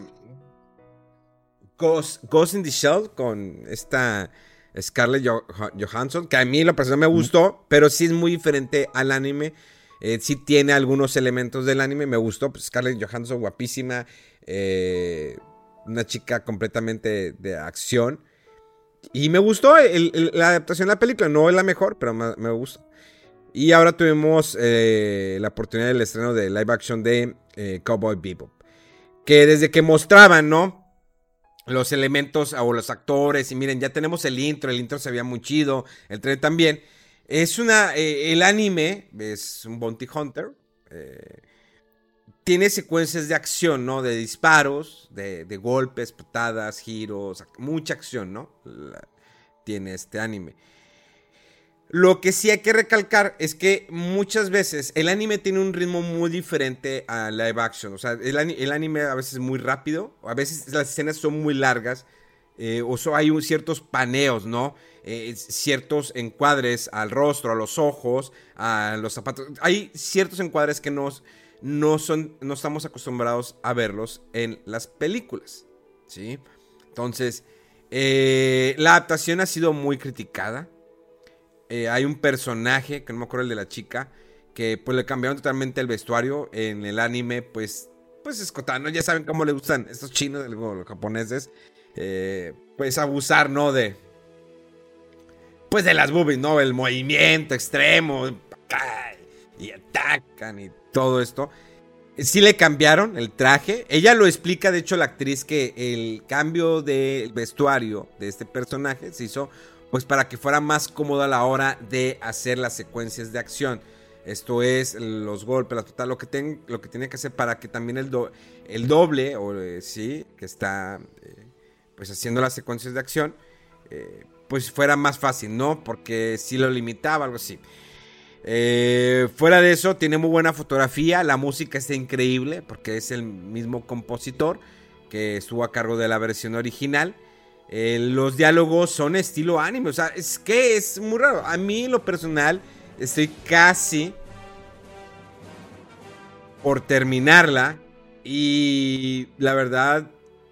Ghost, Ghost in the Shell, con esta Scarlett Johansson, que a mí lo personal me gustó, mm. pero sí es muy diferente al anime. Eh, sí tiene algunos elementos del anime, me gustó. Pues Scarlett Johansson, guapísima. Eh, una chica completamente de acción. Y me gustó el, el, la adaptación de la película. No es la mejor, pero me, me gustó. Y ahora tuvimos eh, la oportunidad del estreno de live action de eh, Cowboy Bebop. Que desde que mostraban, ¿no? Los elementos o los actores. Y miren, ya tenemos el intro. El intro se veía muy chido. El trailer también. Es una... Eh, el anime es un bounty hunter. Eh... Tiene secuencias de acción, ¿no? De disparos, de, de golpes, patadas, giros, mucha acción, ¿no? La, tiene este anime. Lo que sí hay que recalcar es que muchas veces el anime tiene un ritmo muy diferente a live action. O sea, el, el anime a veces es muy rápido, a veces las escenas son muy largas, eh, o so, hay un, ciertos paneos, ¿no? Eh, ciertos encuadres al rostro, a los ojos, a los zapatos. Hay ciertos encuadres que nos... No, son, no estamos acostumbrados a verlos en las películas, ¿sí? Entonces, eh, la adaptación ha sido muy criticada. Eh, hay un personaje, que no me acuerdo el de la chica, que pues le cambiaron totalmente el vestuario. En el anime, pues, pues escotano. Ya saben cómo le gustan estos chinos, los japoneses. Eh, pues abusar, ¿no? De... Pues de las boobies, ¿no? El movimiento extremo. Y atacan y todo esto. Sí le cambiaron el traje. Ella lo explica, de hecho, la actriz, que el cambio de vestuario de este personaje se hizo pues para que fuera más cómodo a la hora de hacer las secuencias de acción. Esto es los golpes, la total, lo que, ten, lo que tiene que hacer para que también el, do, el doble, o eh, sí, que está eh, pues haciendo las secuencias de acción, eh, pues fuera más fácil, ¿no? Porque si lo limitaba, algo así. Eh, fuera de eso, tiene muy buena fotografía, la música está increíble, porque es el mismo compositor que estuvo a cargo de la versión original. Eh, los diálogos son estilo anime, o sea, es que es muy raro. A mí, lo personal, estoy casi por terminarla y la verdad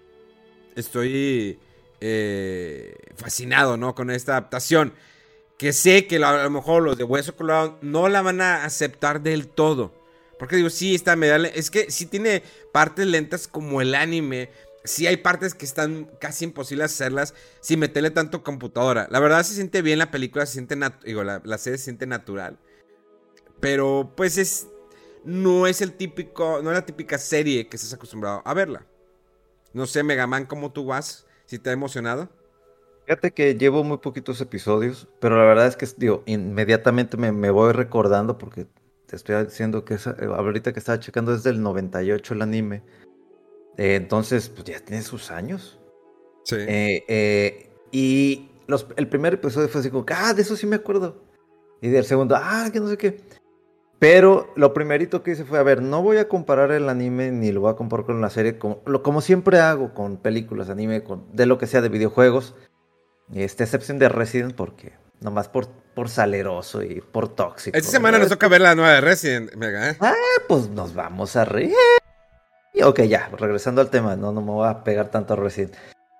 estoy eh, fascinado, ¿no? Con esta adaptación, que sé que a lo mejor los de Hueso Colorado no la van a aceptar del todo, porque digo, sí, está media, es que sí tiene partes lentas como el anime. Sí hay partes que están casi imposibles hacerlas sin meterle tanto computadora. La verdad se siente bien la película, se siente nat- digo, la, la serie se siente natural. Pero pues es no es el típico, no es la típica serie que estás acostumbrado a verla. No sé, Megaman, ¿cómo tú vas? ¿Si te ha emocionado? Fíjate que llevo muy poquitos episodios, pero la verdad es que, digo, inmediatamente me, me voy recordando porque te estoy diciendo que esa, ahorita que estaba checando desde el noventa y ocho el anime. Eh, entonces, pues ya tiene sus años. Sí. Eh, eh, y los, el primer episodio fue así como, ah, de eso sí me acuerdo. Y del segundo, ah, que no sé qué. Pero lo primerito que hice fue, a ver, no voy a comparar el anime ni lo voy a comparar con la serie, como, lo, como siempre hago con películas, anime, con, de lo que sea de videojuegos. Este, excepción de Resident, porque nomás por, por saleroso y por tóxico. Esta semana ¿verdad? nos toca ver la nueva de Resident, Mega, ¿eh? Ah, pues nos vamos a reír. Ok, ya, regresando al tema, no, no me voy a pegar tanto a Resident.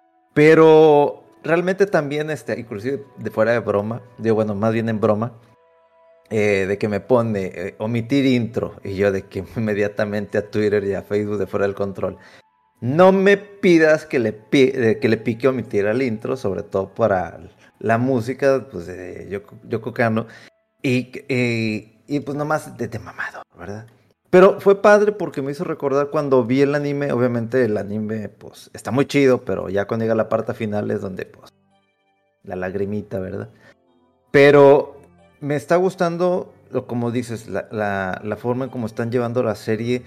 Pero realmente también, este, inclusive de fuera de broma, digo, bueno, más bien en broma, eh, de que me pone eh, omitir intro, y yo de que inmediatamente a Twitter y a Facebook de Fuera del Control, no me pidas que le, pi eh, que le pique omitir al intro, sobre todo para la música, pues de Yoko, Yoko Kanno, y, y, y pues nomás de, de mamado, ¿verdad? Pero fue padre porque me hizo recordar cuando vi el anime. Obviamente el anime pues está muy chido, pero ya cuando llega la parte final es donde pues la lagrimita, ¿verdad? Pero me está gustando, como dices, la, la, la forma en cómo están llevando la serie.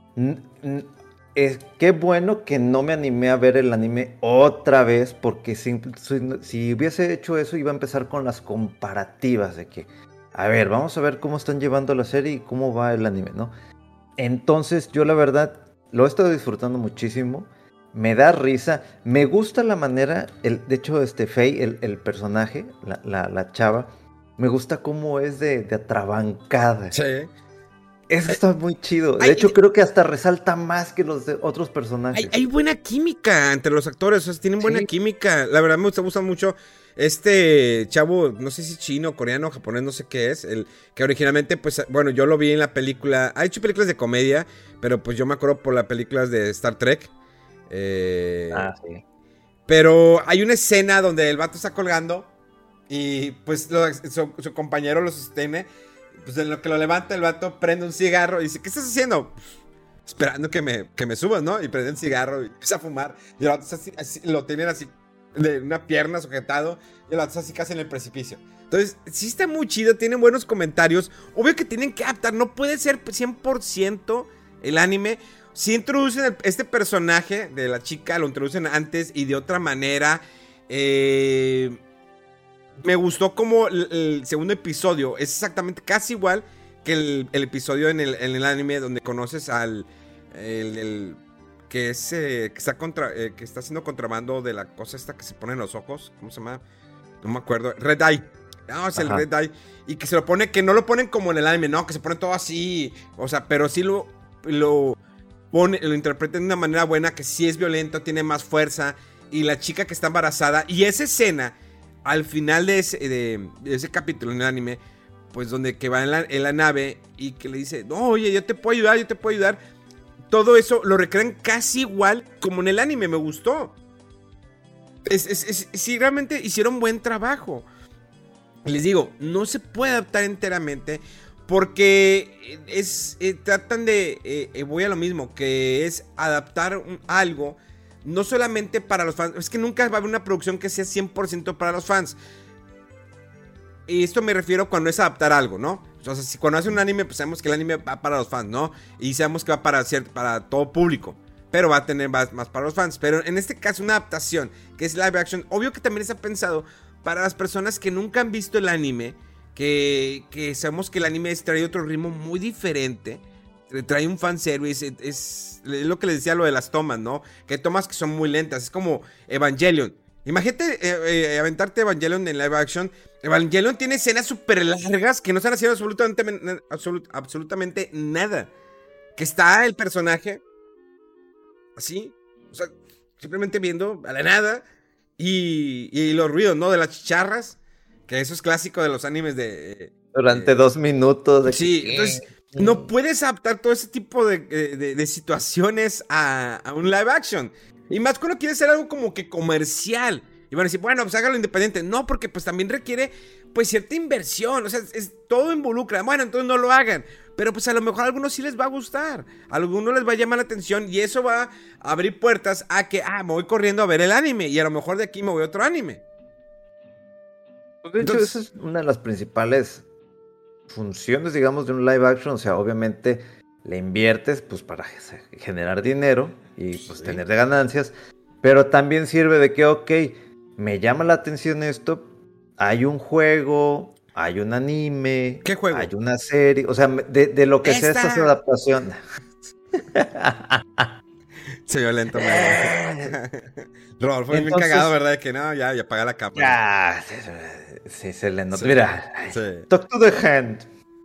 Es, qué bueno que no me animé a ver el anime otra vez, porque si, si hubiese hecho eso iba a empezar con las comparativas de que, a ver, vamos a ver cómo están llevando la serie y cómo va el anime, ¿no? Entonces yo la verdad lo he estado disfrutando muchísimo, me da risa, me gusta la manera, el, de hecho este Faye, el, el personaje, la, la, la chava, me gusta cómo es de, de atrabancada. Sí. Eso está muy chido. De Ay, hecho, creo que hasta resalta más que los de otros personajes. Hay, hay buena química entre los actores, o sea, tienen buena sí. química. La verdad me gusta, gusta mucho este chavo, no sé si chino, coreano, japonés, no sé qué es, el que originalmente, pues, bueno, yo lo vi en la película, ha hecho películas de comedia, pero pues yo me acuerdo por las películas de Star Trek. Eh, ah, sí. Pero hay una escena donde el vato está colgando y pues lo, su, su compañero lo sostiene. Pues en lo que lo levanta, el vato prende un cigarro y dice, ¿qué estás haciendo? Esperando que me, que me subas, ¿no? Y prende un cigarro y empieza a fumar. Y el vato así, así, lo tienen así, de una pierna sujetado. Y el vato está así casi en el precipicio. Entonces, sí está muy chido, tienen buenos comentarios. Obvio que tienen que adaptar, no puede ser cien por ciento el anime. Si introducen el, este personaje de la chica, lo introducen antes y de otra manera. Eh... Me gustó como el, el segundo episodio es exactamente casi igual que el, el episodio en el, en el anime donde conoces al el, el, que es eh, que está contra eh, que está haciendo contrabando de la cosa esta que se pone en los ojos, ¿cómo se llama? No me acuerdo. Red Eye. No, es el Red Eye y que se lo pone, que no lo ponen como en el anime, no, que se pone todo así, o sea, pero sí lo lo pone, lo interpreta de una manera buena, que sí es violento, tiene más fuerza, y la chica que está embarazada y esa escena al final de ese, de, de ese capítulo en el anime, pues donde que va en la, en la nave y que le dice, no, oye, yo te puedo ayudar, yo te puedo ayudar. Todo eso lo recrean casi igual como en el anime, me gustó. Es, es, es, sí, realmente hicieron buen trabajo. Les digo, no se puede adaptar enteramente porque es, eh, tratan de, eh, eh, voy a lo mismo, que es adaptar un, algo. No solamente para los fans, es que nunca va a haber una producción que sea cien por ciento para los fans. Y esto me refiero cuando es adaptar algo, ¿no? Entonces, si cuando hace un anime, pues sabemos que el anime va para los fans, ¿no? Y sabemos que va para, cierto, para todo público. Pero va a tener más, más para los fans. Pero en este caso, una adaptación que es live action, obvio que también está pensado para las personas que nunca han visto el anime. Que, que sabemos que el anime trae otro ritmo muy diferente. Trae un fanservice. Es, es, es lo que les decía lo de las tomas, ¿no? Que hay tomas que son muy lentas. Es como Evangelion. Imagínate eh, eh, aventarte Evangelion en live action. Evangelion tiene escenas súper largas que no están haciendo absolutamente, absolut, absolutamente nada. Que está el personaje así, o sea, simplemente viendo a la nada. Y, y los ruidos, ¿no? De las chicharras. Que eso es clásico de los animes de... Durante eh, dos minutos. De sí, que... entonces no puedes adaptar todo ese tipo de, de, de situaciones a, a un live action. Y más cuando quieres hacer algo como que comercial. Y van a decir, bueno, pues hágalo independiente. No, porque pues también requiere pues cierta inversión. O sea, es, todo involucra. Bueno, entonces no lo hagan. Pero pues a lo mejor a algunos sí les va a gustar. A algunos les va a llamar la atención. Y eso va a abrir puertas a que, ah, me voy corriendo a ver el anime. Y a lo mejor de aquí me voy a otro anime. Pues de hecho, entonces, esa es una de las principales funciones, digamos, de un live action. O sea, obviamente le inviertes pues para generar dinero y pues sí. tener de ganancias. Pero también sirve de que, ok, me llama la atención esto. Hay un juego, hay un anime. ¿Qué juego? Hay una serie. O sea, de, de lo que ¡Esta! sea esta adaptación. Se vio lento, Rodolfo es bien cagado, ¿verdad? De que no, ya, ya apaga la cámara. Ya, sí, sí, se le nota. Sí, Mira, sí. Talk to the hand.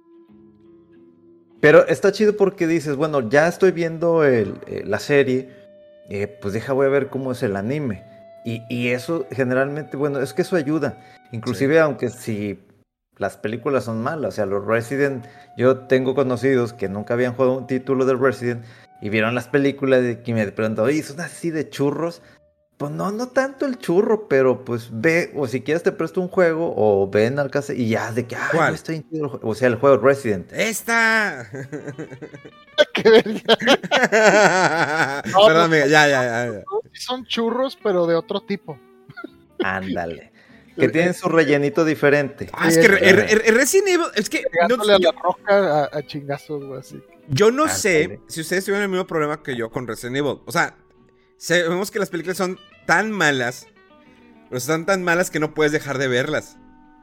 Pero está chido porque dices, bueno, ya estoy viendo el, eh, la serie, eh, pues deja, voy a ver cómo es el anime. Y, y eso generalmente, bueno, es que eso ayuda. Inclusive, sí. aunque si las películas son malas, o sea, los Resident, yo tengo conocidos que nunca habían jugado un título de Resident y vieron las películas y me preguntan, oye, ¿son así de churros? Pues no, no tanto el churro, pero pues ve, o si quieres te presto un juego, o ven al casa y ya, de que, ay, no estoy entiendo, o sea, el juego Resident. ¡Esta! ¡Qué verga! No, perdón, amiga, ya, ya, ya, ya. Son churros, pero de otro tipo. Ándale. Que tienen su rellenito diferente. Ah, es que re, re, re, Resident Evil, es que... No, a la roca a, a chingazos, güey, así. Yo no Ándale. sé si ustedes tuvieron el mismo problema que yo con Resident Evil. O sea, sabemos que las películas son tan malas, pero están tan malas que no puedes dejar de verlas.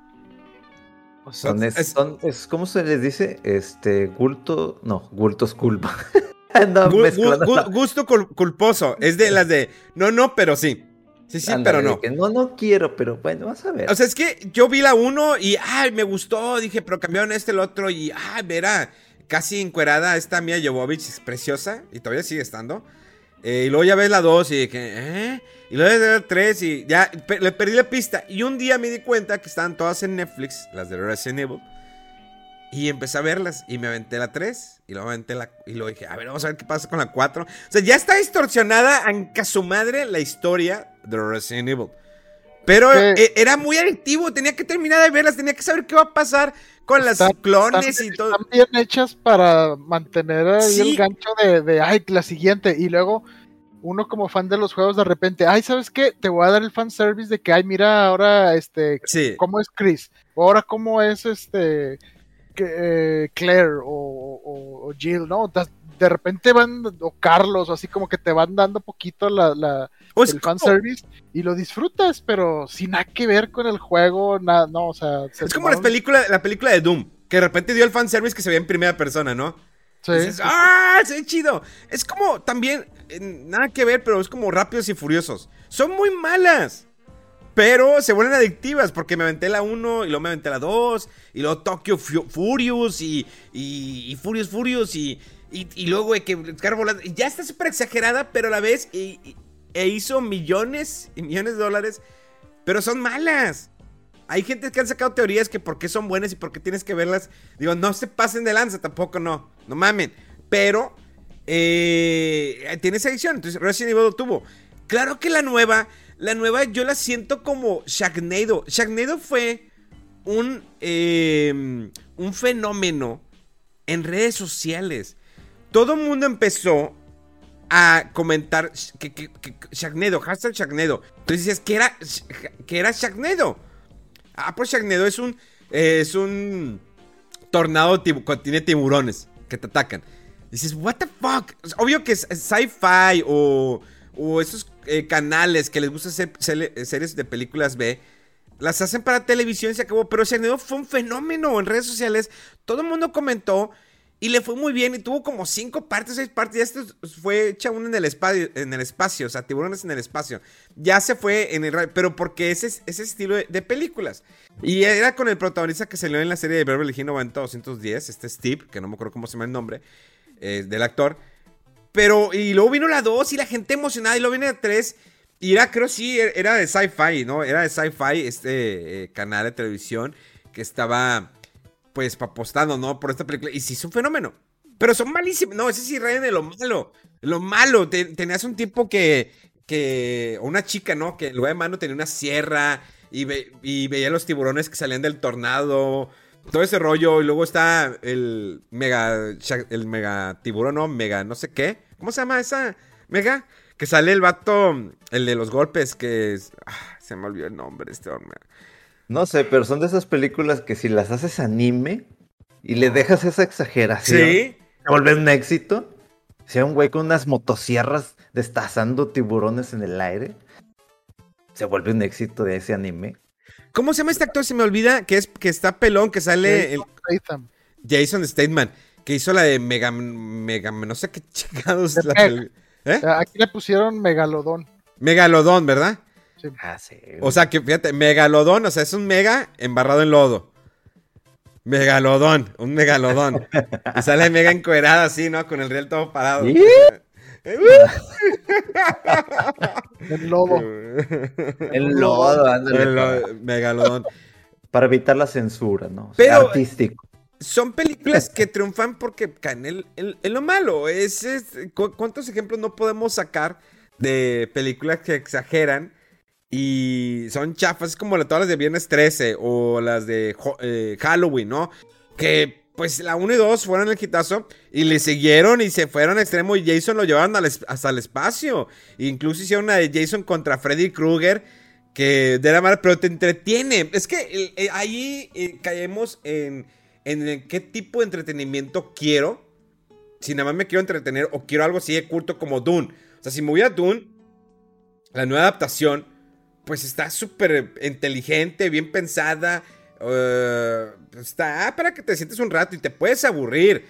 O sea, son, es, es, son, es, ¿cómo se les dice? Este, gulto, no, gultos culpa. no, gu, gu, gu, gusto cul, culposo, es de las de, no, no, pero sí. Sí, sí, Andale, pero no. Que no, no quiero, pero bueno, vas a ver. O sea, es que yo vi la uno y, ay, me gustó, dije, pero cambiaron este, el otro y, ay, verá, casi encuerada esta Mia Jovovich es preciosa y todavía sigue estando. Eh, y luego ya ves la dos y dije, ¿eh? Y luego ves la tres y ya pe- le perdí la pista. Y un día me di cuenta que estaban todas en Netflix, las de Resident Evil. Y empecé a verlas y me aventé la tres y luego aventé la... Y luego dije, a ver, vamos a ver qué pasa con la cuatro. O sea, ya está distorsionada a su madre la historia de Resident Evil. Pero eh, era muy adictivo, tenía que terminar de verlas, tenía que saber qué va a pasar con las están, clones están, y todo. Están bien hechas para mantener ahí sí. el gancho de, de, ay, la siguiente. Y luego uno como fan de los juegos de repente, ay, ¿sabes qué? Te voy a dar el fanservice de que, ay, mira ahora, este, sí. cómo es Chris. O ahora cómo es, este, que, eh, Claire o, o, o Jill, ¿no? De repente van, o Carlos, o así como que te van dando poquito la... la o el fanservice y lo disfrutas, pero sin nada que ver con el juego, nada, no, o sea... Es como la película, la película de Doom, que de repente dio el fanservice que se veía en primera persona, ¿no? Sí. Dices, ¡ah, se ve chido! Es como también, eh, nada que ver, pero es como Rápidos y Furiosos. Son muy malas, pero se vuelven adictivas, porque me aventé la uno, y luego me aventé la dos, y luego Tokyo Fu- Furious, y, y, y Furious Furious, y, y, y luego, güey, que ya está súper exagerada, pero a la vez... Y, y, E hizo millones y millones de dólares, pero son malas. Hay gente que han sacado teorías que por qué son buenas y por qué tienes que verlas. Digo, no se pasen de lanza, tampoco no. No mamen. Pero eh, tiene esa edición. Entonces Resident Evil lo tuvo. Claro que la nueva, la nueva yo la siento como Sharknado. Sharknado fue un, eh, un fenómeno en redes sociales. Todo el mundo empezó a comentar que, que, que Sharknado, hashtag Sharknado. Entonces dices, ¿qué era, qué era Sharknado? Ah, pues Sharknado es un, eh, es un tornado tib- tiene tiburones que te atacan. Dices, what the fuck. O sea, obvio que es sci-fi o, o esos eh, canales que les gusta hacer series de películas B, las hacen para televisión y se acabó. Pero Sharknado fue un fenómeno en redes sociales. Todo el mundo comentó y le fue muy bien. Y tuvo como cinco partes, seis partes. Ya esto fue hecha una en el espacio, en el espacio. O sea, tiburones en el espacio. Ya se fue en el radio. Pero porque ese es ese estilo de, de películas. Y era con el protagonista que salió en la serie de Beverly Hills noventa doscientos diez. Este Steve, que no me acuerdo cómo se llama el nombre eh, del actor. Pero, y luego vino la dos y la gente emocionada. Y luego viene la tres. Y era, creo sí, era de sci-fi, ¿no? Era de sci-fi, este eh, canal de televisión que estaba, pues, apostando, ¿no? Por esta película. Y sí, es un fenómeno. Pero son malísimos. No, ese sí rayan de lo malo. Lo malo. Te, tenías un tipo que, que, o una chica, ¿no? Que en lugar de mano tenía una sierra y, ve, y veía los tiburones que salían del tornado. Todo ese rollo. Y luego está el mega, el mega tiburón, ¿no? Mega, no sé qué. ¿Cómo se llama esa mega? Que sale el vato, el de los golpes, que es... Ah, se me olvidó el nombre de este hombre. No sé, pero son de esas películas que si las haces anime y le dejas esa exageración, ¿sí? Se vuelve un éxito. Sea un güey con unas motosierras destazando tiburones en el aire, se vuelve un éxito de ese anime. ¿Cómo se llama este actor? Se me olvida, que es que está pelón, que sale... Jason el... Statham. Jason Statham, que hizo la de Mega... Mega no sé qué chingados... La Meg. ¿Eh? Aquí le pusieron Megalodón. Megalodón, ¿verdad? Sí. Ah, sí. O sea, que fíjate, Megalodón, o sea, es un mega embarrado en lodo. Megalodón, un megalodón. Y sale mega encuerada así, ¿no? Con el riel todo parado. ¿Sí? El lobo. El lodo, ándale. El lo- Megalodón. Para evitar la censura, ¿no? O sea, Pero- artístico. Son películas que triunfan porque caen en, en- en lo malo. Es, es- ¿cu- ¿Cuántos ejemplos no podemos sacar de películas que exageran y son chafas? Es como todas las de Viernes trece o las de Jo- eh, Halloween, ¿no? Que pues la uno y dos fueron el hitazo y le siguieron y se fueron al extremo y Jason lo llevaron al es- hasta el espacio. Incluso hicieron una de Jason contra Freddy Krueger que de la mala, pero te entretiene. Es que eh, eh, ahí eh, caemos en... en el qué tipo de entretenimiento quiero. Si nada más me quiero entretener o quiero algo así de culto como Dune. O sea, si me voy a Dune, la nueva adaptación, pues está súper inteligente, bien pensada. Uh, está para que te sientes un rato y te puedes aburrir.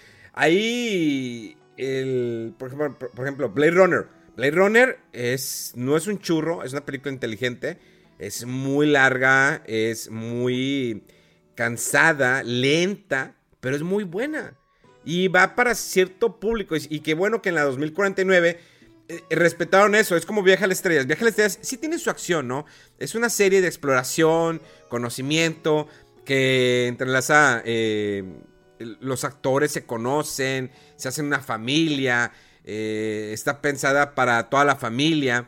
Ahí, el, por ejemplo, por, por ejemplo, Blade Runner. Blade Runner es, no es un churro, es una película inteligente. Es muy larga, es muy... cansada, lenta, pero es muy buena. Y va para cierto público. Y, y qué bueno que en la dos mil cuarenta y nueve eh, respetaron eso. Es como Viaje a las Estrellas. Viaje a las Estrellas sí tiene su acción, ¿no? Es una serie de exploración, conocimiento, que entrelaza... Eh, los actores se conocen, se hacen una familia. Eh, está pensada para toda la familia.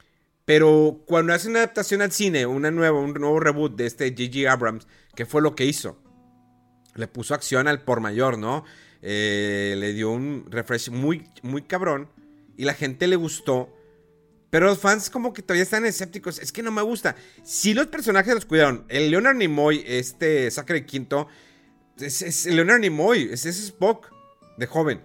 Pero cuando hace una adaptación al cine, una nueva, un nuevo reboot de este J J Abrams, ¿qué fue lo que hizo? Le puso acción al por mayor, ¿no? Eh, le dio un refresh muy, muy cabrón. Y la gente le gustó. Pero los fans como que todavía están escépticos. Es que no me gusta. Si los personajes los cuidaron. El Leonard Nimoy, este Zachary Quinto, es, es Leonard Nimoy. Es ese Spock de joven.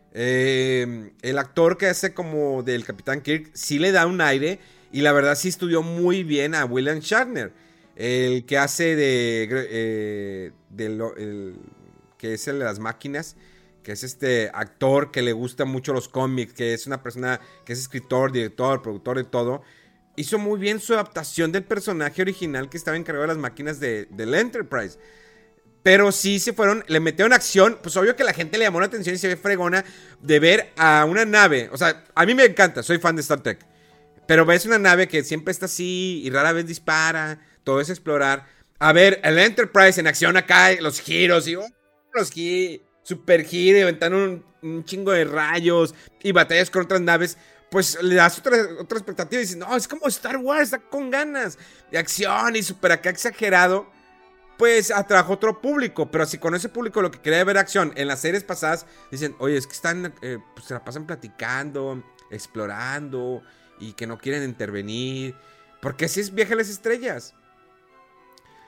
Eh, el actor que hace como del Capitán Kirk sí le da un aire. Y la verdad sí estudió muy bien a William Shatner. El que hace de... Eh, de lo, el, que es el de las máquinas. Que es este actor que le gusta mucho los cómics. Que es una persona que es escritor, director, productor y todo. Hizo muy bien su adaptación del personaje original que estaba encargado de las máquinas de, del Enterprise. Pero sí se fueron, le metieron acción. Pues obvio que la gente le llamó la atención y se ve fregona de ver a una nave. O sea, a mí me encanta, soy fan de Star Trek. Pero ves una nave que siempre está así y rara vez dispara. Todo es explorar. A ver, el Enterprise en acción acá, los giros y oh, los giros, super giro y aventando un, un chingo de rayos y batallas con otras naves. Pues le das otra, otra expectativa y dices, no, es como Star Wars, está con ganas de acción y super acá exagerado. Pues atrajo otro público, pero si con ese público lo que quería ver acción en las series pasadas, dicen, oye, es que están, eh, pues se la pasan platicando, explorando y que no quieren intervenir, porque así es Viaje a las Estrellas. O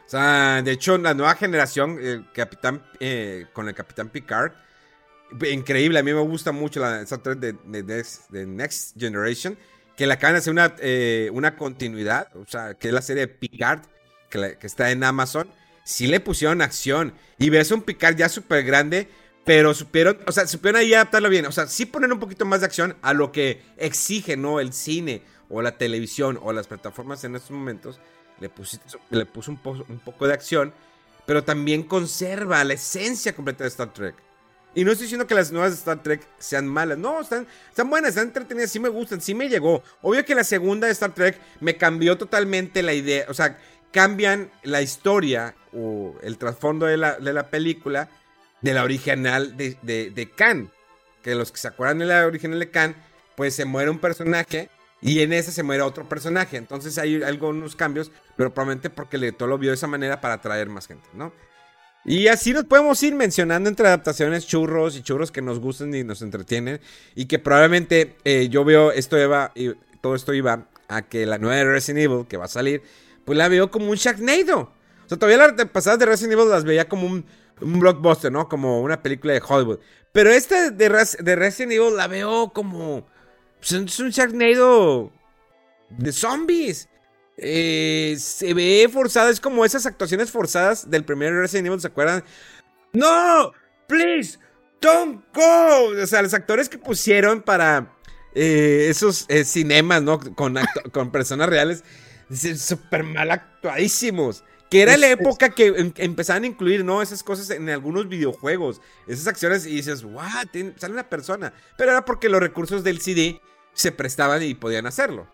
O sea, de hecho, la nueva generación, el Capitán, eh, con el Capitán Picard, increíble, a mí me gusta mucho la Star Trek de, de, de, de Next Generation, que le acaban de hacer una, eh, una continuidad, o sea, que es la serie de Picard, que, la, que está en Amazon. Sí le pusieron acción, y ves un Picard ya súper grande, pero supieron, o sea, supieron ahí adaptarlo bien, o sea, sí poner un poquito más de acción a lo que exige, ¿no? El cine, o la televisión, o las plataformas en estos momentos. Le, pusiste, le puso un, po un poco de acción, pero también conserva la esencia completa de Star Trek. Y no estoy diciendo que las nuevas de Star Trek sean malas. No, están, están buenas, están entretenidas, sí me gustan, sí me llegó. Obvio que la segunda de Star Trek me cambió totalmente la idea. O sea, cambian la historia o el trasfondo de la, de la película de la original de, de, de Khan. Que los que se acuerdan de la original de Khan, pues se muere un personaje y en esa se muere otro personaje. Entonces hay algunos cambios, pero probablemente porque el director lo vio de esa manera para atraer más gente, ¿no? Y así nos podemos ir mencionando entre adaptaciones churros y churros que nos gustan y nos entretienen. Y que probablemente eh, yo veo esto iba, y todo esto iba a que la nueva de Resident Evil que va a salir, pues la veo como un Sharknado. O sea, todavía las pasadas de Resident Evil las veía como un, un blockbuster, ¿no? Como una película de Hollywood. Pero esta de, Res, de Resident Evil la veo como... Pues es un Sharknado de zombies. Eh, se ve forzada, es como esas actuaciones forzadas del primer Resident Evil, ¿se acuerdan? ¡No! ¡Please! ¡Don't go! O sea, los actores que pusieron para eh, esos eh, cinemas, ¿no? Con, con personas reales, súper mal actuadísimos. Que era es, la época es... que em empezaban a incluir, ¿no? Esas cosas en algunos videojuegos. Esas acciones y dices, what, sale una persona. Pero era porque los recursos del C D se prestaban y podían hacerlo.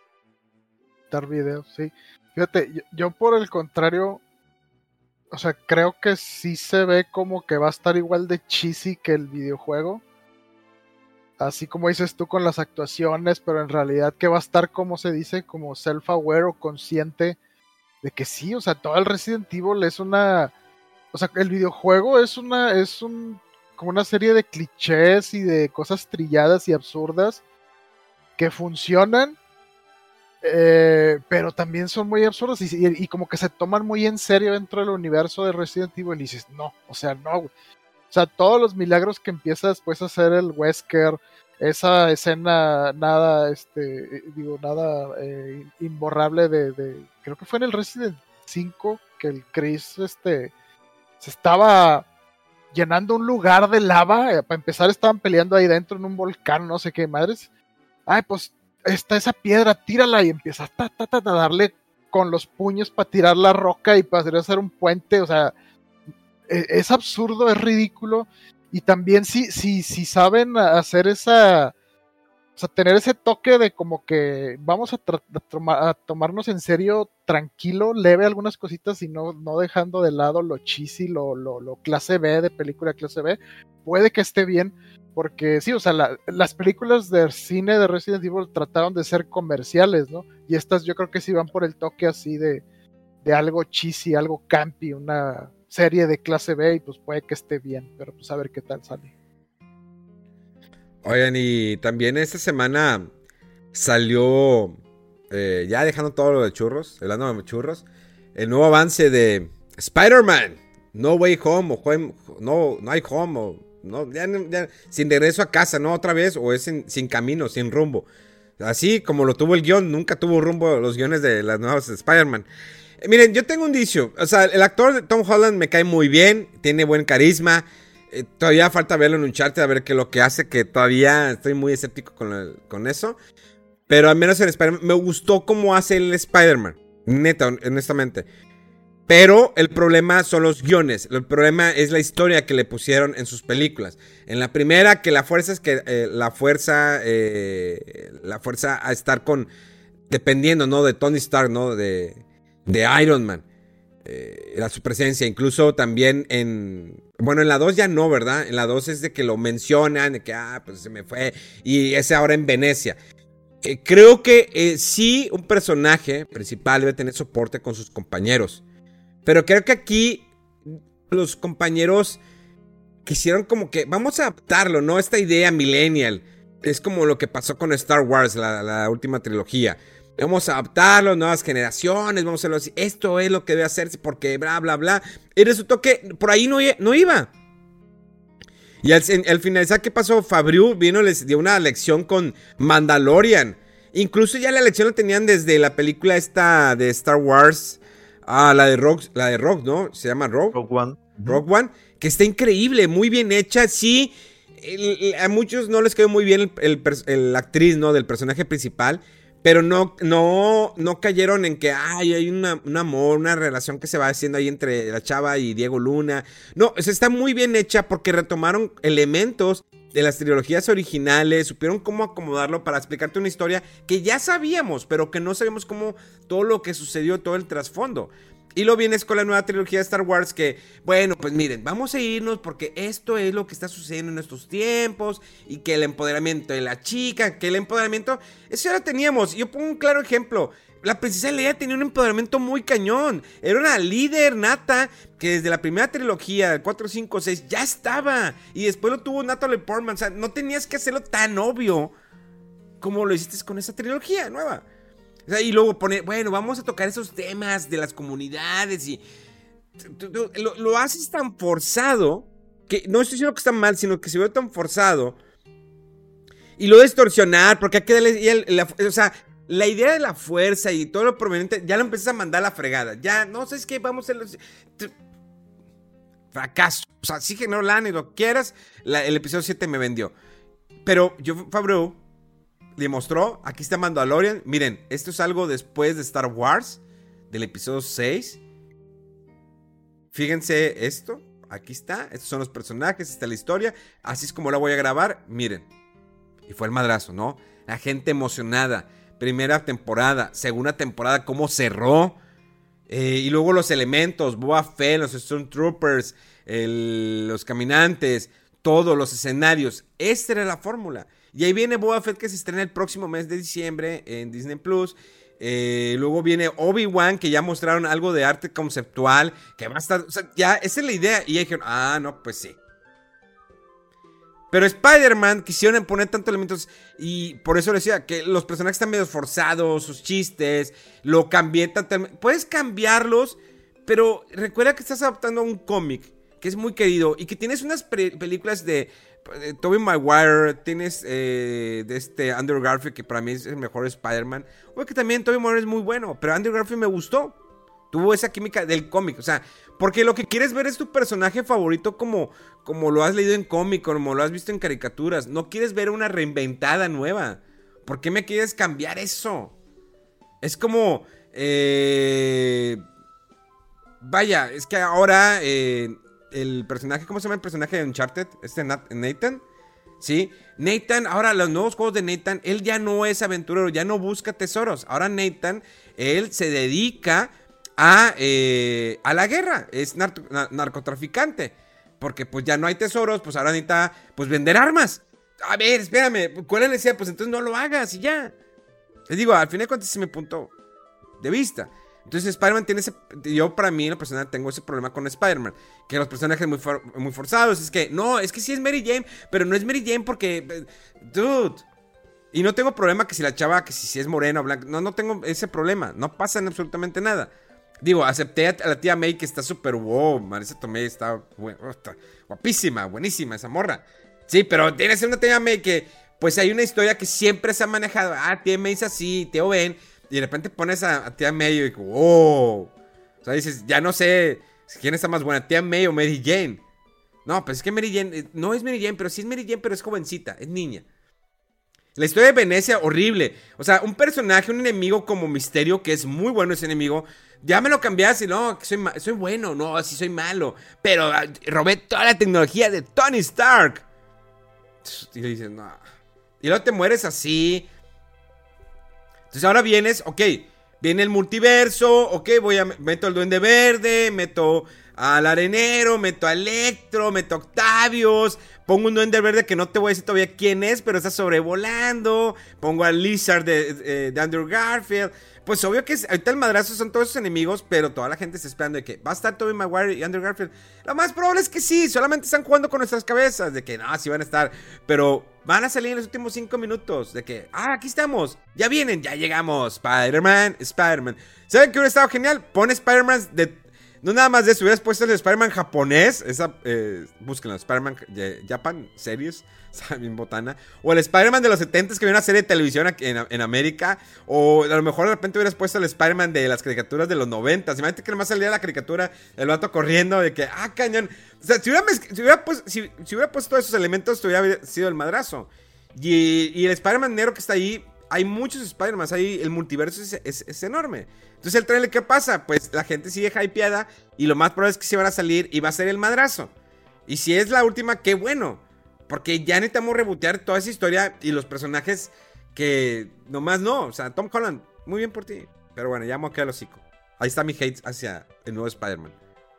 Dar videos, sí. Fíjate, yo, yo por el contrario, o sea, creo que sí se ve como que va a estar igual de cheesy que el videojuego. Así como dices tú con las actuaciones, pero en realidad que va a estar, como se dice, como self-aware o consciente de que sí, o sea, todo el Resident Evil es una... O sea, el videojuego es una... es un como una serie de clichés y de cosas trilladas y absurdas que funcionan, eh, pero también son muy absurdas y, y, y como que se toman muy en serio dentro del universo de Resident Evil y dices, no, o sea, no, güey. O sea, todos los milagros que empieza después a hacer el Wesker, esa escena nada, este, digo, nada eh, imborrable de, de, creo que fue en el Resident cinco, que el Chris, este, se estaba llenando un lugar de lava, eh, para empezar estaban peleando ahí dentro en un volcán, no sé qué madres, ay, pues, está esa piedra, tírala, y empieza ta, ta, ta, a darle con los puños para tirar la roca y para hacer un puente, o sea, es absurdo, es ridículo, y también si, si, si saben hacer esa, o sea, tener ese toque de como que vamos a, tra- a, toma- a tomarnos en serio, tranquilo, leve algunas cositas y no, no dejando de lado lo cheesy, lo, lo, lo clase B de película clase B, puede que esté bien, porque sí, o sea, la, las películas de cine de Resident Evil trataron de ser comerciales, ¿no? Y estas yo creo que sí van por el toque así de, de algo cheesy, algo campy, una serie de clase B y pues puede que esté bien, pero pues a ver qué tal sale. Oigan, y también esta semana salió, eh, ya dejando todo lo de churros, hablando de churros, el nuevo avance de Spider-Man, No Way Home, o home, no, no hay home, o no, ya, ya, sin regreso a casa, ¿no? Otra vez, o es en, sin camino, sin rumbo. Así como lo tuvo el guión, nunca tuvo rumbo los guiones de las nuevas de Spider-Man. Miren, yo tengo un dicio, o sea, el actor de Tom Holland me cae muy bien, tiene buen carisma, eh, todavía falta verlo en Uncharted, a ver qué es lo que hace, que todavía estoy muy escéptico con, el, con eso, pero al menos en Spider-Man, me gustó cómo hace el Spider-Man, neta, honestamente, pero el problema son los guiones, el problema es la historia que le pusieron en sus películas. En la primera, que la fuerza es que, eh, la fuerza, eh, la fuerza a estar con, dependiendo, ¿no? De Tony Stark, ¿no? De... de Iron Man, eh, era su presencia, incluso también en, bueno, en la dos ya no, ¿verdad? En la dos es de que lo mencionan, de que, ah, pues se me fue, y ese ahora en Venecia. Eh, creo que eh, sí, un personaje principal debe tener soporte con sus compañeros, pero creo que aquí los compañeros quisieron como que, vamos a adaptarlo, ¿no? Esta idea millennial, es como lo que pasó con Star Wars, la, la última trilogía. vamos a adaptarlo, nuevas generaciones, vamos a hacerlo así, esto es lo que debe hacerse porque bla, bla, bla. Y resultó que por ahí no, no iba. Y al, al finalizar, ¿qué pasó? Favreau vino y les dio una lección con Mandalorian. Incluso ya la lección la tenían desde la película esta de Star Wars, ah, la de Rogue, la de Rogue, ¿no? Se llama Rogue. Rogue One. Rogue One, que está increíble, muy bien hecha, sí. El, el, a muchos no les quedó muy bien el, el, el, la actriz, ¿no? Del personaje principal. Pero no, no, no cayeron en que ay, hay una, un amor, una relación que se va haciendo ahí entre la chava y Diego Luna. No, o sea, está muy bien hecha porque retomaron elementos de las trilogías originales, supieron cómo acomodarlo para explicarte una historia que ya sabíamos, pero que no sabíamos cómo todo lo que sucedió, todo el trasfondo. Y lo vienes con la nueva trilogía de Star Wars que, bueno, pues miren, vamos a irnos porque esto es lo que está sucediendo en estos tiempos y que el empoderamiento de la chica, que el empoderamiento, eso ya lo teníamos. Yo pongo un claro ejemplo. La princesa Leia tenía un empoderamiento muy cañón. Era una líder nata que desde la primera trilogía, cuatro, cinco, seis, ya estaba. Y después lo tuvo Natalie Portman. O sea, no tenías que hacerlo tan obvio como lo hiciste con esa trilogía nueva. O sea, y luego pone, bueno, vamos a tocar esos temas de las comunidades y tú, tú, lo, lo haces tan forzado, que no estoy diciendo que está mal, sino que se ve tan forzado y lo distorsionar, porque hay que darle, ya, la, o sea, la idea de la fuerza y todo lo proveniente, ya lo empiezas a mandar a la fregada, ya, no sabes qué, vamos a hacer, fracaso, o sea, sí que no la ni lo quieras, la, el episodio siete me vendió, pero yo, Favreau demostró, aquí está Mandalorian. Miren, esto es algo después de Star Wars, del episodio seis. Fíjense esto, aquí está, estos son los personajes, está la historia, así es como la voy a grabar, miren. Y fue el madrazo, ¿no? La gente emocionada, primera temporada, segunda temporada, cómo cerró. Eh, y luego los elementos, Boba Fett, los Stormtroopers, el, los caminantes, todos los escenarios. Esta era la fórmula. Y ahí viene Boba Fett que se estrena el próximo mes de diciembre en Disney Plus. Eh, luego viene Obi-Wan, que ya mostraron algo de arte conceptual, que va a estar, o sea, ya esa es la idea. Y ahí dijeron, ah, no, pues sí. Pero Spider-Man quisieron poner tantos elementos y por eso decía que los personajes están medio forzados, sus chistes, lo cambié tanto. Puedes cambiarlos, pero recuerda que estás adaptando a un cómic que es muy querido y que tienes unas películas de Eh, Tobey Maguire, tienes eh, de este Andrew Garfield, que para mí es el mejor Spider-Man. Oye, que también Tobey Maguire es muy bueno, pero Andrew Garfield me gustó. Tuvo esa química del cómic, o sea, porque lo que quieres ver es tu personaje favorito como, como lo has leído en cómic, como lo has visto en caricaturas. No quieres ver una reinventada nueva. ¿Por qué me quieres cambiar eso? Es como... Eh, vaya, es que ahora... Eh, el personaje, ¿cómo se llama el personaje de Uncharted? Este Nathan, ¿sí? Nathan, ahora los nuevos juegos de Nathan, él ya no es aventurero, ya no busca tesoros. Ahora Nathan, él se dedica a, eh, a la guerra, es nar narcotraficante. Porque pues ya no hay tesoros, pues ahora necesita pues vender armas. A ver, espérame, ¿cuál es la necesidad? Pues entonces no lo hagas y ya. Les digo, al final de cuentas se me punto de vista. Entonces Spider-Man tiene ese... Yo para mí, en lo personal, tengo ese problema con Spider-Man. Que los personajes muy, for, muy forzados. Es que, no, es que sí es Mary Jane. Pero no es Mary Jane porque... Dude. Y no tengo problema que si la chava, que si, si es morena o blanca. No, no tengo ese problema. No pasa en absolutamente nada. Digo, acepté a la tía May que está súper wow. Marisa Tomei está, bueno, está guapísima, buenísima esa morra. Sí, pero tiene que ser una tía May que... Pues hay una historia que siempre se ha manejado. Ah, tía May es así, tío Ben... Y de repente pones a, a tía May y digo, wow. O sea, dices, ya no sé quién está más buena, tía May o Mary Jane. No, pues es que Mary Jane, no es Mary Jane, pero sí es Mary Jane, pero es jovencita, es niña. La historia de Venecia, horrible. O sea, un personaje, un enemigo como Misterio, que es muy bueno ese enemigo, ya me lo cambias y no, que soy, soy bueno, no, sí soy malo. Pero uh, robé toda la tecnología de Tony Stark. Y le dices, no. Y luego te mueres así. Entonces ahora vienes, ok, viene el multiverso, ok, voy a, meto al Duende Verde, meto al Arenero, meto a Electro, meto a Octavius, pongo un Duende Verde que no te voy a decir todavía quién es, pero está sobrevolando, pongo al Lizard de, de, de Andrew Garfield, pues obvio que es, ahorita el madrazo son todos esos enemigos, pero toda la gente está esperando de que va a estar Tobey Maguire y Andrew Garfield. Lo más probable es que sí, solamente están jugando con nuestras cabezas, de que no, sí van a estar, pero van a salir en los últimos cinco minutos, de que, ah, aquí estamos, ya vienen, ya llegamos, Spider-Man, Spider-Man. ¿Saben qué hubiera estado genial? Pon Spider-Man de... No nada más de eso, hubieras puesto el Spider-Man japonés, esa, eh, búsquenlo, Spider-Man eh, Japan Series, está bien botana, o el Spider-Man de los setentas que vio una serie de televisión aquí en, en América, o a lo mejor de repente hubieras puesto el Spider-Man de las caricaturas de los noventas, imagínate que nomás salía la caricatura, el vato corriendo, de que, ah, cañón, o sea, si hubiera, si hubiera, pues, si, si hubiera puesto todos esos elementos, hubiera sido el madrazo, y, y el Spider-Man negro que está ahí, hay muchos Spider-Man, ahí el multiverso es, es, es enorme. Entonces el trailer, ¿qué pasa? Pues la gente sigue hypeada y lo más probable es que se van a salir y va a ser el madrazo. Y si es la última, qué bueno. Porque ya necesitamos rebotear toda esa historia y los personajes que nomás no. O sea, Tom Holland, muy bien por ti. Pero bueno, ya me quedé el hocico. Ahí está mi hate hacia el nuevo Spider-Man.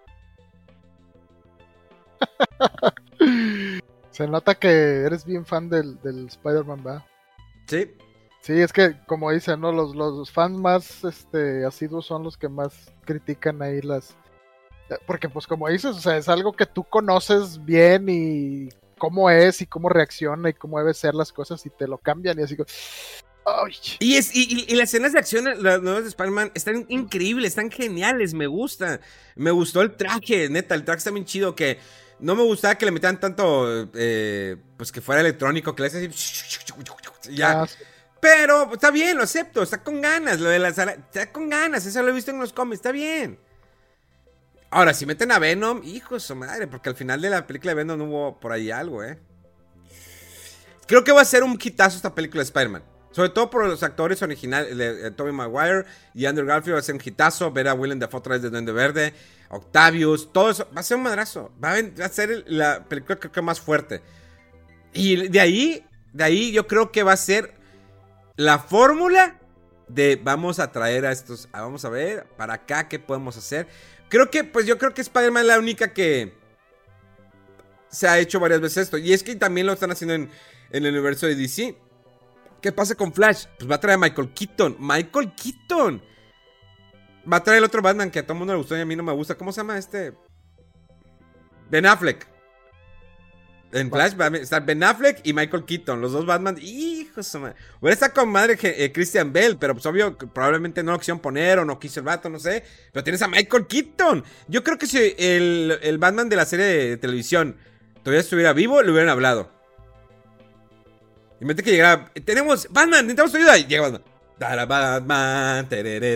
Se nota que eres bien fan del, del Spider-Man, ¿verdad? Sí. Sí, es que como dicen, ¿no? Los, los fans más este, asiduos son los que más critican ahí las... Porque pues como dices, o sea, es algo que tú conoces bien y cómo es y cómo reacciona y cómo deben ser las cosas y te lo cambian y así como... ¡Ay! Y, es, y, y, y las escenas de acción, las nuevas de Spider-Man, están increíbles, están geniales, me gusta. Me gustó el traje, neta, el traje está bien chido, que no me gustaba que le metieran tanto, eh, pues que fuera electrónico, que le hace así... Ya... Ah, sí. Pero está bien, lo acepto, está con ganas, lo de la sala, está con ganas, eso lo he visto en los cómics, está bien. Ahora, si meten a Venom, hijo de su madre, porque al final de la película de Venom hubo por ahí algo, eh. Creo que va a ser un hitazo esta película de Spider-Man. Sobre todo por los actores originales, de, eh, Tobey Maguire y Andrew Garfield, va a ser un hitazo. Ver a Willem Dafoe otra vez de Duende Verde, Octavius, todo eso, va a ser un madrazo. Va a, va a ser la película creo que más fuerte. Y de ahí, de ahí yo creo que va a ser... la fórmula de vamos a traer a estos, vamos a ver para acá qué podemos hacer. Creo que, pues yo creo que Spider-Man es la única que se ha hecho varias veces esto. Y es que también lo están haciendo en, en el universo de D C. ¿Qué pasa con Flash? Pues va a traer a Michael Keaton. Michael Keaton. Va a traer el otro Batman que a todo el mundo le gustó y a mí no me gusta. ¿Cómo se llama este? Ben Affleck. En Flash va a estar Ben Affleck y Michael Keaton, los dos Batman. Hijos de madre. Hubiera estado con madre eh, Christian Bale, pero pues obvio, probablemente no lo quisieron poner o no quiso el vato, no sé. Pero tienes a Michael Keaton. Yo creo que si el, el Batman de la serie de televisión todavía estuviera vivo, le hubieran hablado. Imagínate que llegara. Tenemos Batman, necesitamos tu ayuda. Y llega Batman. Dara Batman.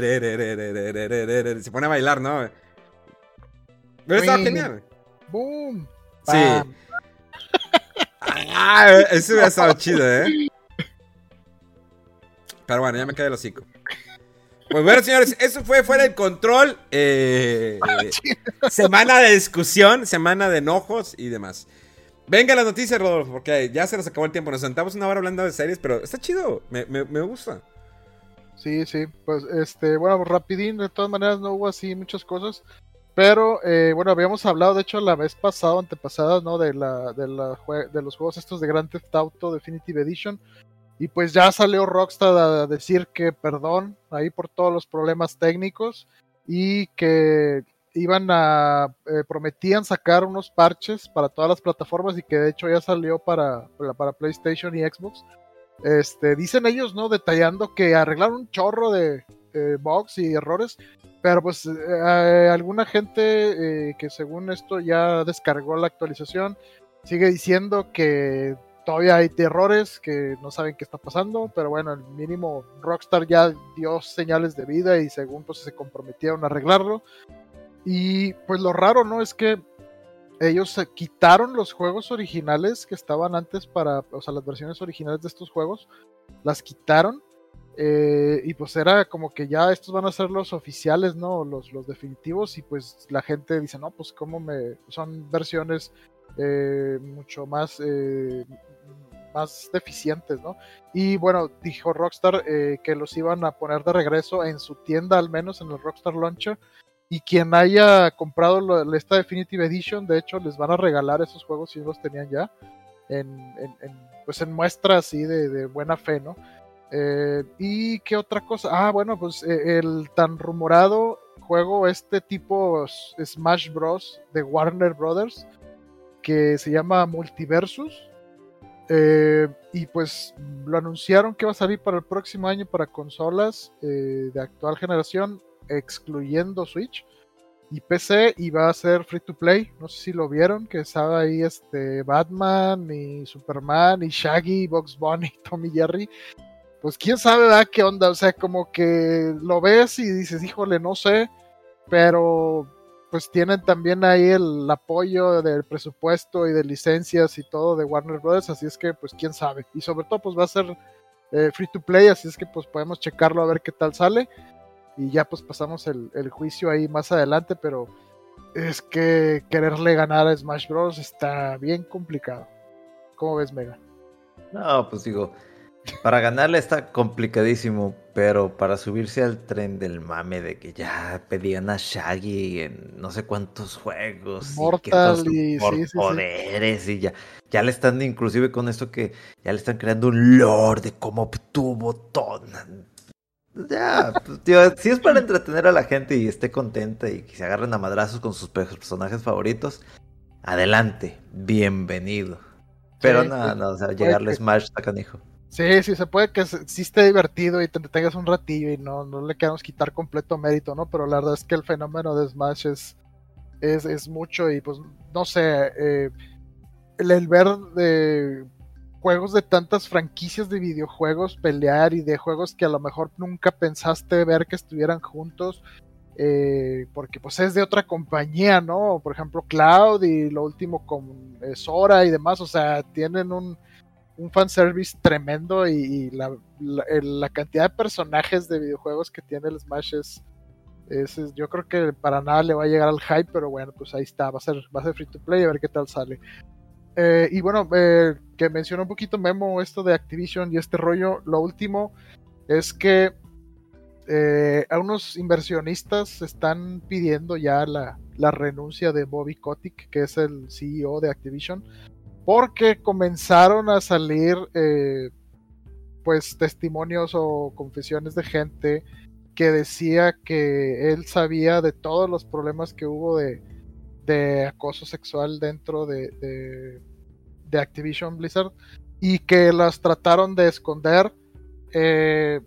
Se pone a bailar, ¿no? Hubiera estado genial. ¡Boom! Sí. ¡Bam! Ah, eso hubiera estado chido, ¿eh? Pero bueno, ya me cae el hocico. Pues bueno, señores, eso fue Fuera del Control. Eh, semana de discusión, semana de enojos y demás. Venga las noticias, Rodolfo, porque ya se nos acabó el tiempo. Nos sentamos una hora hablando de series, pero está chido, me, me, me gusta. Sí, sí, pues este, bueno, rapidín, de todas maneras no hubo así muchas cosas. Pero, eh, bueno, habíamos hablado, de hecho, la vez pasada, antepasada, ¿no? De, la, de, la jue- de los juegos estos de Grand Theft Auto Definitive Edition. Y pues ya salió Rockstar a decir que perdón ahí por todos los problemas técnicos. Y que iban a, eh, prometían sacar unos parches para todas las plataformas. Y que de hecho ya salió para, para, para PlayStation y Xbox. Este, dicen ellos, ¿no? Detallando que arreglaron un chorro de eh, bugs y errores. Pero pues eh, alguna gente eh, que según esto ya descargó la actualización sigue diciendo que todavía hay errores, que no saben qué está pasando, pero bueno, el mínimo Rockstar ya dio señales de vida y según pues se comprometieron a arreglarlo. Y pues lo raro, ¿no? Es que ellos quitaron los juegos originales que estaban antes para, o sea, las versiones originales de estos juegos, las quitaron. Eh, y pues era como que ya estos van a ser los oficiales, ¿no? Los, los definitivos. Y pues la gente dice, no, pues cómo me... Son versiones eh, mucho más... Eh, más deficientes, ¿no? Y bueno, dijo Rockstar eh, que los iban a poner de regreso en su tienda, al menos en el Rockstar Launcher. Y quien haya comprado lo, esta Definitive Edition, de hecho, les van a regalar esos juegos si los tenían ya. En, en, en, pues en muestra así de, de buena fe, ¿no? Eh, ¿Y qué otra cosa? Ah, bueno, pues eh, el tan rumorado juego este tipo Smash Bros. De Warner Brothers, que se llama Multiversus. Eh, y pues lo anunciaron que va a salir para el próximo año para consolas eh, de actual generación, excluyendo Switch y P C, y va a ser free to play. No sé si lo vieron, que estaba ahí este Batman y Superman y Shaggy, Bugs Bunny, Tommy Jerry. Pues quién sabe, ¿verdad? ¿Qué onda? O sea, como que lo ves y dices, híjole, no sé, pero pues tienen también ahí el apoyo del presupuesto y de licencias y todo de Warner Brothers, así es que pues quién sabe. Y sobre todo pues va a ser eh, free to play, así es que pues podemos checarlo a ver qué tal sale. Y ya pues pasamos el, el juicio ahí más adelante, pero es que quererle ganar a Smash Bros. Está bien complicado. ¿Cómo ves, Mega? No, pues digo, para ganarle está complicadísimo, pero para subirse al tren del mame de que ya pedían a Shaggy en no sé cuántos juegos Mortal y que y por sí, sí, poderes sí. y ya, ya le están inclusive con esto que ya le están creando un lore de cómo obtuvo todo. Ya, pues, tío, si es para entretener a la gente y esté contenta y que se agarren a madrazos con sus personajes favoritos, adelante, bienvenido. Pero sí, nada, sí, no, o sea, puede llegarle que, a Smash está canijo. sí, sí, se puede que se- sí esté divertido y te tengas un ratillo y no, no le queramos quitar completo mérito, ¿no? Pero la verdad es que el fenómeno de Smash es, es, es mucho y pues no sé, eh, el, el ver de juegos de tantas franquicias de videojuegos pelear y de juegos que a lo mejor nunca pensaste ver que estuvieran juntos, eh, porque pues es de otra compañía, ¿no? Por ejemplo Cloud y lo último con eh, Sora y demás, o sea, tienen un, un fanservice tremendo y, y la, la, la, cantidad de personajes de videojuegos que tiene el Smash es, es, es, yo creo que para nada le va a llegar al hype, pero bueno, pues ahí está, va a ser, va a ser free to play, a ver qué tal sale. Eh, y bueno, eh, que mencionó un poquito Memo esto de Activision y este rollo, lo último es que eh, a unos inversionistas están pidiendo ya la, la renuncia de Bobby Kotick, que es el C E O de Activision, porque comenzaron a salir eh, pues testimonios o confesiones de gente que decía que él sabía de todos los problemas que hubo de de acoso sexual dentro de, de, de Activision Blizzard y que las trataron de esconder. Eh,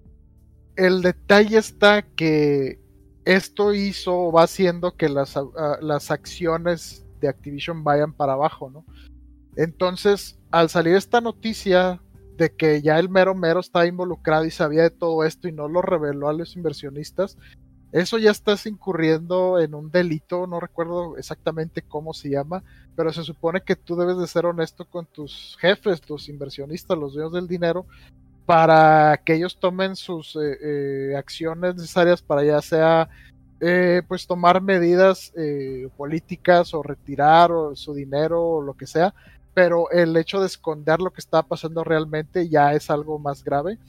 el detalle está que esto hizo o va haciendo que las, uh, las acciones de Activision vayan para abajo, ¿no? Entonces, al salir esta noticia de que ya el mero mero estaba involucrado y sabía de todo esto y no lo reveló a los inversionistas, eso ya estás incurriendo en un delito, no recuerdo exactamente cómo se llama, pero se supone que tú debes de ser honesto con tus jefes, tus inversionistas, los dueños del dinero, para que ellos tomen sus eh, eh, acciones necesarias para ya sea eh, pues tomar medidas eh, políticas o retirar o su dinero o lo que sea, pero el hecho de esconder lo que está pasando realmente ya es algo más grave.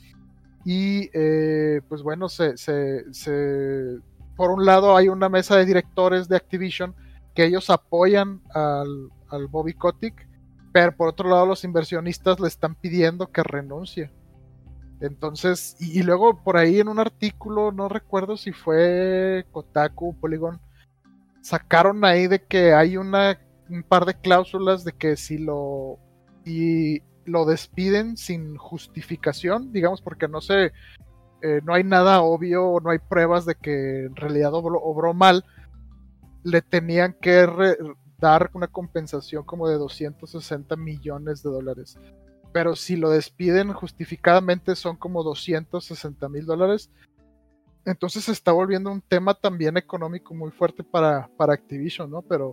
Y eh, pues bueno, se, se, se, por un lado hay una mesa de directores de Activision que ellos apoyan al, al Bobby Kotick, pero por otro lado los inversionistas le están pidiendo que renuncie. Entonces, y, y luego por ahí en un artículo, no recuerdo si fue Kotaku o Polygon, sacaron ahí de que hay una, un par de cláusulas de que si lo... Y, lo despiden sin justificación, digamos, porque no sé, eh, no hay nada obvio, no hay pruebas de que en realidad obró, obró mal, le tenían que re, dar una compensación como de doscientos sesenta millones de dólares. Pero si lo despiden justificadamente son como doscientos sesenta mil dólares. Entonces se está volviendo un tema también económico muy fuerte para, para Activision, ¿no? Pero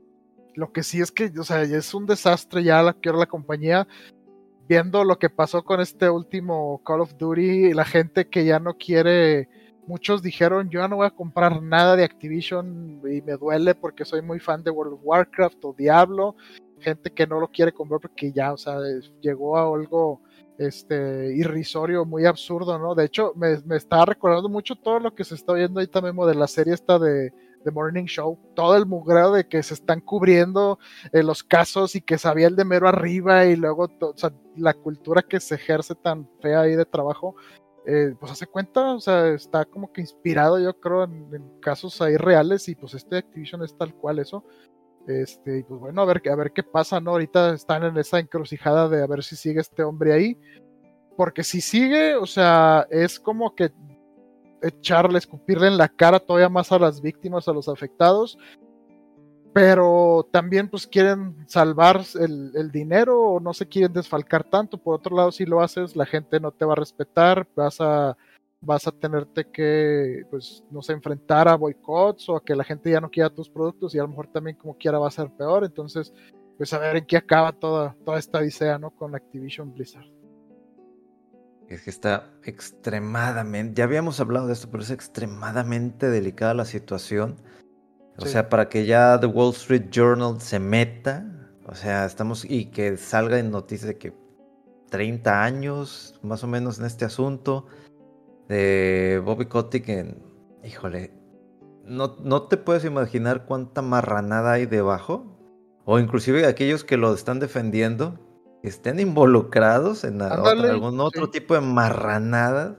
lo que sí es que, o sea, es un desastre ya la, la compañía. Viendo lo que pasó con este último Call of Duty, la gente que ya no quiere, muchos dijeron yo ya no voy a comprar nada de Activision y me duele porque soy muy fan de World of Warcraft o Diablo, gente que no lo quiere comprar porque ya, o sea, llegó a algo este irrisorio, muy absurdo, ¿no? De hecho, me, me estaba recordando mucho todo lo que se está viendo ahí también de la serie esta de, The Morning Show, todo el mugreo de que se están cubriendo eh, los casos y que sabía el de mero arriba y luego to, o sea, la cultura que se ejerce tan fea ahí de trabajo, eh, pues hace cuenta, o sea, está como que inspirado yo creo en, en casos ahí reales y pues este Activision es tal cual eso. Este, y pues bueno, a ver, a ver qué pasa, ¿no? Ahorita están en esa encrucijada de a ver si sigue este hombre ahí, porque si sigue, o sea, es como que echarle, escupirle en la cara todavía más a las víctimas, a los afectados, pero también pues quieren salvar el, el dinero o no se quieren desfalcar tanto. Por otro lado, si lo haces, la gente no te va a respetar, vas a vas a tenerte que, pues, no sé, enfrentar a boicots o a que la gente ya no quiera tus productos y a lo mejor también como quiera va a ser peor. Entonces, pues a ver en qué acaba toda, toda esta odisea, ¿no? Con Activision Blizzard. Es que está extremadamente, ya habíamos hablado de esto, pero es extremadamente delicada la situación. O Sí. sea, para que ya The Wall Street Journal se meta, o sea, estamos, y que salga en noticias de que treinta años más o menos en este asunto de Bobby Kotick en, híjole, no, no te puedes imaginar cuánta marranada hay debajo, o inclusive aquellos que lo están defendiendo, que estén involucrados en la Ándale, otra, algún otro sí. tipo de marranada.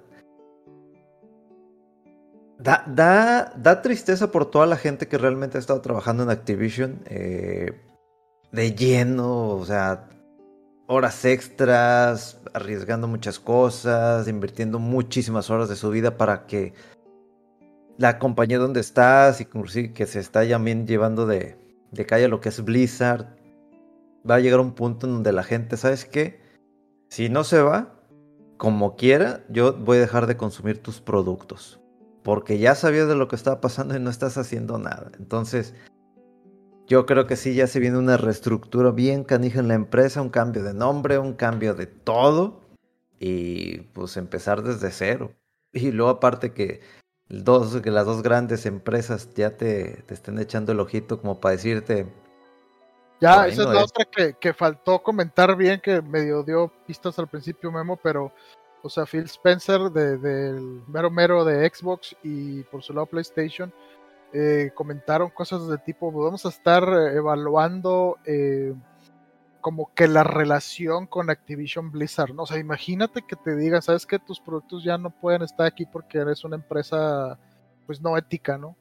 Da, da, da tristeza por toda la gente que realmente ha estado trabajando en Activision, eh, de lleno, o sea, horas extras, arriesgando muchas cosas, invirtiendo muchísimas horas de su vida para que la compañía donde estás, y inclusive que se está también llevando de, de calle lo que es Blizzard, va a llegar a un punto en donde la gente, ¿sabes qué? Si no se va, como quiera, yo voy a dejar de consumir tus productos. Porque ya sabías de lo que estaba pasando y no estás haciendo nada. Entonces, yo creo que sí, ya se viene una reestructura bien canija en la empresa, un cambio de nombre, un cambio de todo. Y pues empezar desde cero. Y luego aparte que, dos, que las dos grandes empresas ya te, te estén echando el ojito como para decirte... Ya, por ahí esa es no la es. otra que, que faltó comentar bien, que medio dio pistas al principio Memo, pero, o sea, Phil Spencer de, del mero mero de Xbox y por su lado PlayStation, eh, comentaron cosas de tipo, vamos a estar eh, evaluando eh, como que la relación con Activision Blizzard, ¿no? O sea, imagínate que te digan, ¿sabes qué? Tus productos ya no pueden estar aquí porque eres una empresa, pues, no ética, ¿no?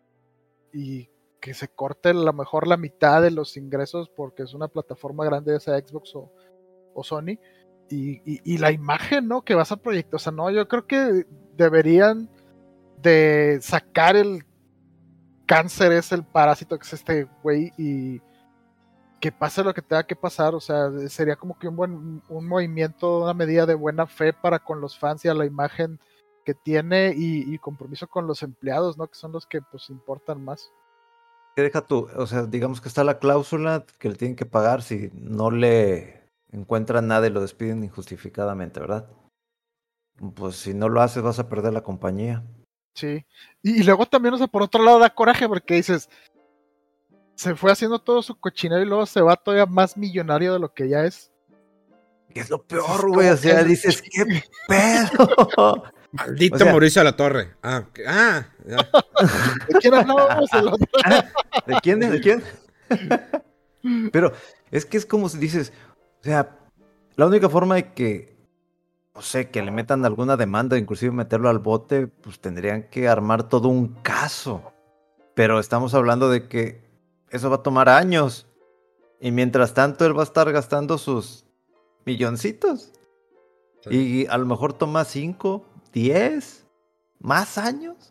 Y que se corte a lo mejor la mitad de los ingresos porque es una plataforma grande, ya sea Xbox o, o Sony, y, y, y la imagen, ¿no? Que vas a proyectar, o sea, no, yo creo que deberían de sacar el cáncer, es el parásito que es este güey, y que pase lo que tenga que pasar. O sea, sería como que un buen un movimiento, una medida de buena fe para con los fans y a la imagen que tiene y, y compromiso con los empleados, ¿no? Que son los que pues importan más. ¿Qué deja tú? O sea, digamos que está la cláusula que le tienen que pagar si no le encuentran nada y lo despiden injustificadamente, ¿verdad? Pues si no lo haces vas a perder la compañía. Sí. Y, y luego también, o sea, por otro lado da coraje porque dices, se fue haciendo todo su cochinero y luego se va todavía más millonario de lo que ya es. ¿Qué es lo Es peor, güey? O sea, que- dices, ¿qué pedo? Maldito O sea- Mauricio La Torre. Ah, que- ah, ya. ¿De quién hablábamos el otro? ¿De quién? ¿De quién? Pero es que es como si dices, o sea, la única forma de que, no sé, que le metan alguna demanda, inclusive meterlo al bote, pues tendrían que armar todo un caso. Pero estamos hablando de que eso va a tomar años. Y mientras tanto él va a estar gastando sus milloncitos. Sí. Y a lo mejor toma cinco, diez, más años.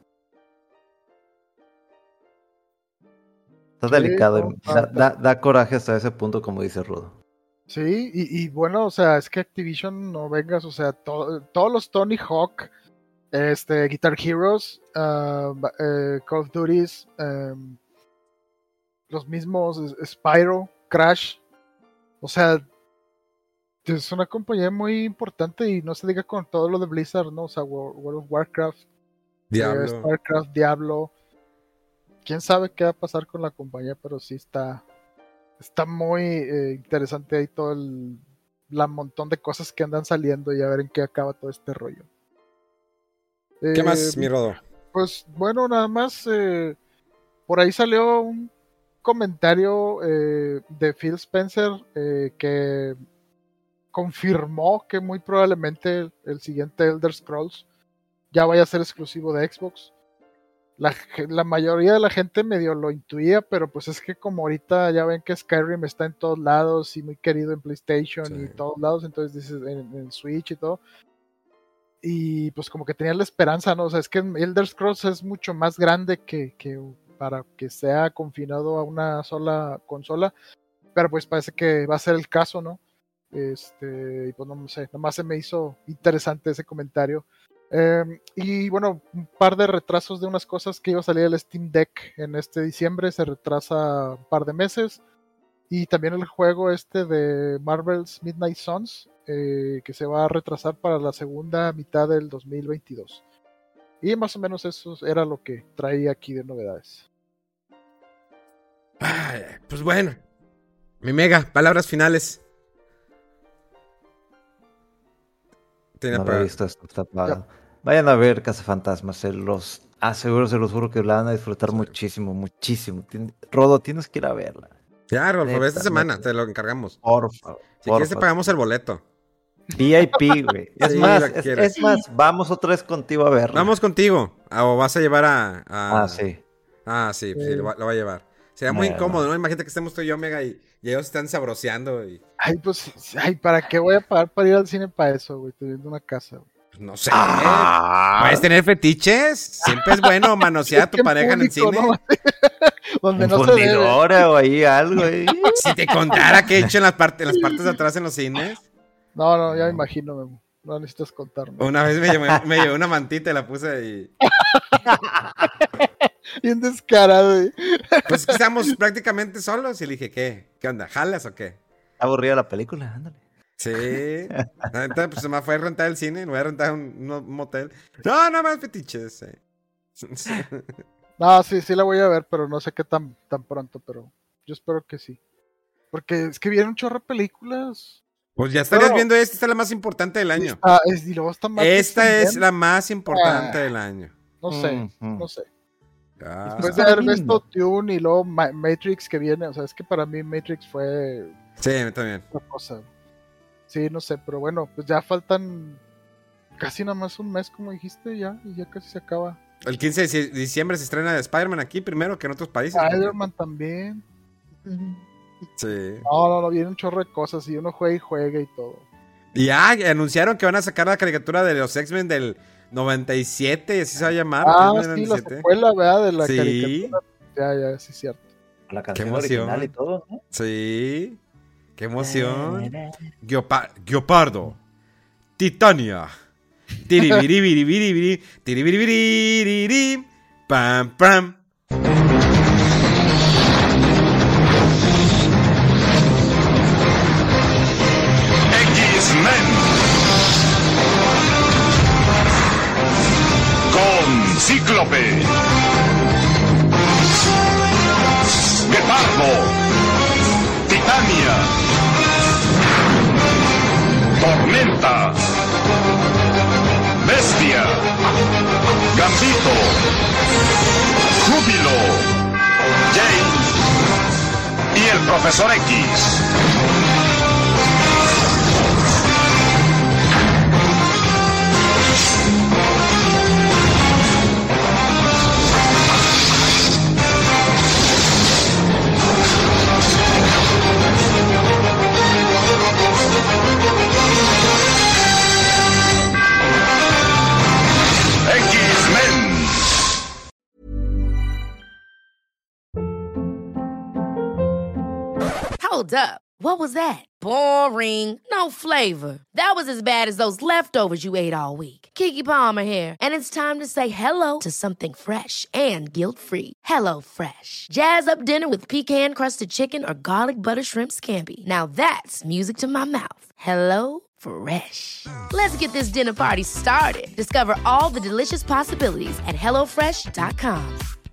Está Sí, delicado. no, y da, está- da- da coraje hasta ese punto, como dice Rudo. Sí, y, y bueno, o sea, es que Activision, no vengas, o sea, to- todos los Tony Hawk, este, Guitar Heroes, uh, eh, Call of Duties, um, los mismos eh, Spyro, Crash, o sea, es una compañía muy importante y no se diga con todo lo de Blizzard, ¿no? O sea, World, World of Warcraft, eh, Diablo. StarCraft, Diablo, quién sabe qué va a pasar con la compañía, pero sí está, está muy eh, interesante ahí todo el la montón de cosas que andan saliendo y a ver en qué acaba todo este rollo. ¿Qué Eh, más, mi Rodo? Pues bueno, nada más eh, por ahí salió un comentario eh, de Phil Spencer eh, que confirmó que muy probablemente el, el siguiente Elder Scrolls ya vaya a ser exclusivo de Xbox. La, la mayoría de la gente medio lo intuía, pero pues es que como ahorita ya ven que Skyrim está en todos lados y muy querido en PlayStation, sí, y todos lados, entonces dices en, en Switch y todo, y pues como que tenía la esperanza, ¿no? O sea, es que Elder Scrolls es mucho más grande que, que para que sea confinado a una sola consola, pero pues parece que va a ser el caso, ¿no? Este, y pues no sé, nomás se me hizo interesante ese comentario. Eh, y bueno, un par de retrasos de unas cosas que iba a salir el Steam Deck en este diciembre, se retrasa un par de meses, y también el juego este de Marvel's Midnight Suns, eh, que se va a retrasar para la segunda mitad del dos mil veintidós. Y más o menos eso era lo que traía aquí de novedades. Ay, pues bueno, mi Mega, palabras finales. No había visto esto, está apagado. Vayan a ver Cazafantasmas, se los aseguro, se los juro que la van a disfrutar sí. muchísimo, muchísimo. Tien... Rodo, tienes que ir a verla. Ya, Rolfo, esta semana te lo encargamos. Por favor. Si quieres te pagamos el boleto. V I P, güey. Es, sí, más, es, es más, vamos otra vez contigo a verla. Vamos contigo. O vas a llevar a... a... Ah, sí. Ah, sí, sí, sí lo, va, lo va a llevar. Sería muy no, incómodo, ¿no? Imagínate que estemos tú y yo, Mega, y, y ellos están sabroseando. Y... Ay, pues, ay, ¿para qué voy a pagar para ir al cine para eso, güey? Estoy viendo una casa, güey. Pues no sé. Ah, ¿puedes tener fetiches? Siempre es bueno manosear a tu pareja en el cine. ¿No? Donde un no fundidora se o ahí algo. Ahí. Si te contara qué he hecho en las, part- en las partes de atrás en los cines. No, no, ya me imagino, Memo. No necesitas contarme. Una vez me llevé, me llevé una mantita y la puse y... Bien descarado, güey. Pues es que estábamos prácticamente solos y le dije, ¿qué? ¿Qué onda? ¿Jalas o qué? Aburrida la película, ándale. Sí. Entonces, pues se me fue a rentar el cine, me voy a rentar un, un motel. No, no más fetiches. Sí. No, sí, sí la voy a ver, pero no sé qué tan, tan pronto, pero yo espero que sí. Porque es que vienen un chorro de películas. Pues ya estarías pero, viendo esta, esta es la más importante del año. Esta es, y luego está más esta es la más importante ah, del año. No sé, mm-hmm. no sé. Ah, Después de haber visto Tune y luego Ma- Matrix que viene, o sea, es que para mí Matrix fue... Sí, a mí también. Una cosa. Sí, no sé, pero bueno, pues ya faltan casi nada más un mes, como dijiste, ya, y ya casi se acaba. El quince de diciembre se estrena Spider-Man aquí primero que en otros países. Spider-Man también. Sí. No, no, no, viene un chorro de cosas y uno juega y juega y todo. Y ya anunciaron que van a sacar la caricatura de los X-Men del noventa y siete y así se va a llamar. Ah, sí, la secuela, ¿verdad? De la sí. caricatura. Ya, ya, sí es cierto. La canción original y todo, ¿no? Sí. ¡Qué emoción! Guiopa- Guiopardo. Titania. Tiribiribiribiribiri. Tiribiribiribiri. Pam, pam. X-Men. Con Cíclope. Guepardo. Titania. Tormenta. Bestia. Gambito. Júbilo. Jane. Y el Profesor X. Hold up. What was that? Boring. No flavor. That was as bad as those leftovers you ate all week. Keke Palmer here, and it's time to say hello to something fresh and guilt-free. Hello Fresh. Jazz up dinner with pecan-crusted chicken or garlic butter shrimp scampi. Now that's music to my mouth. Hello Fresh. Let's get this dinner party started. Discover all the delicious possibilities at hello fresh dot com.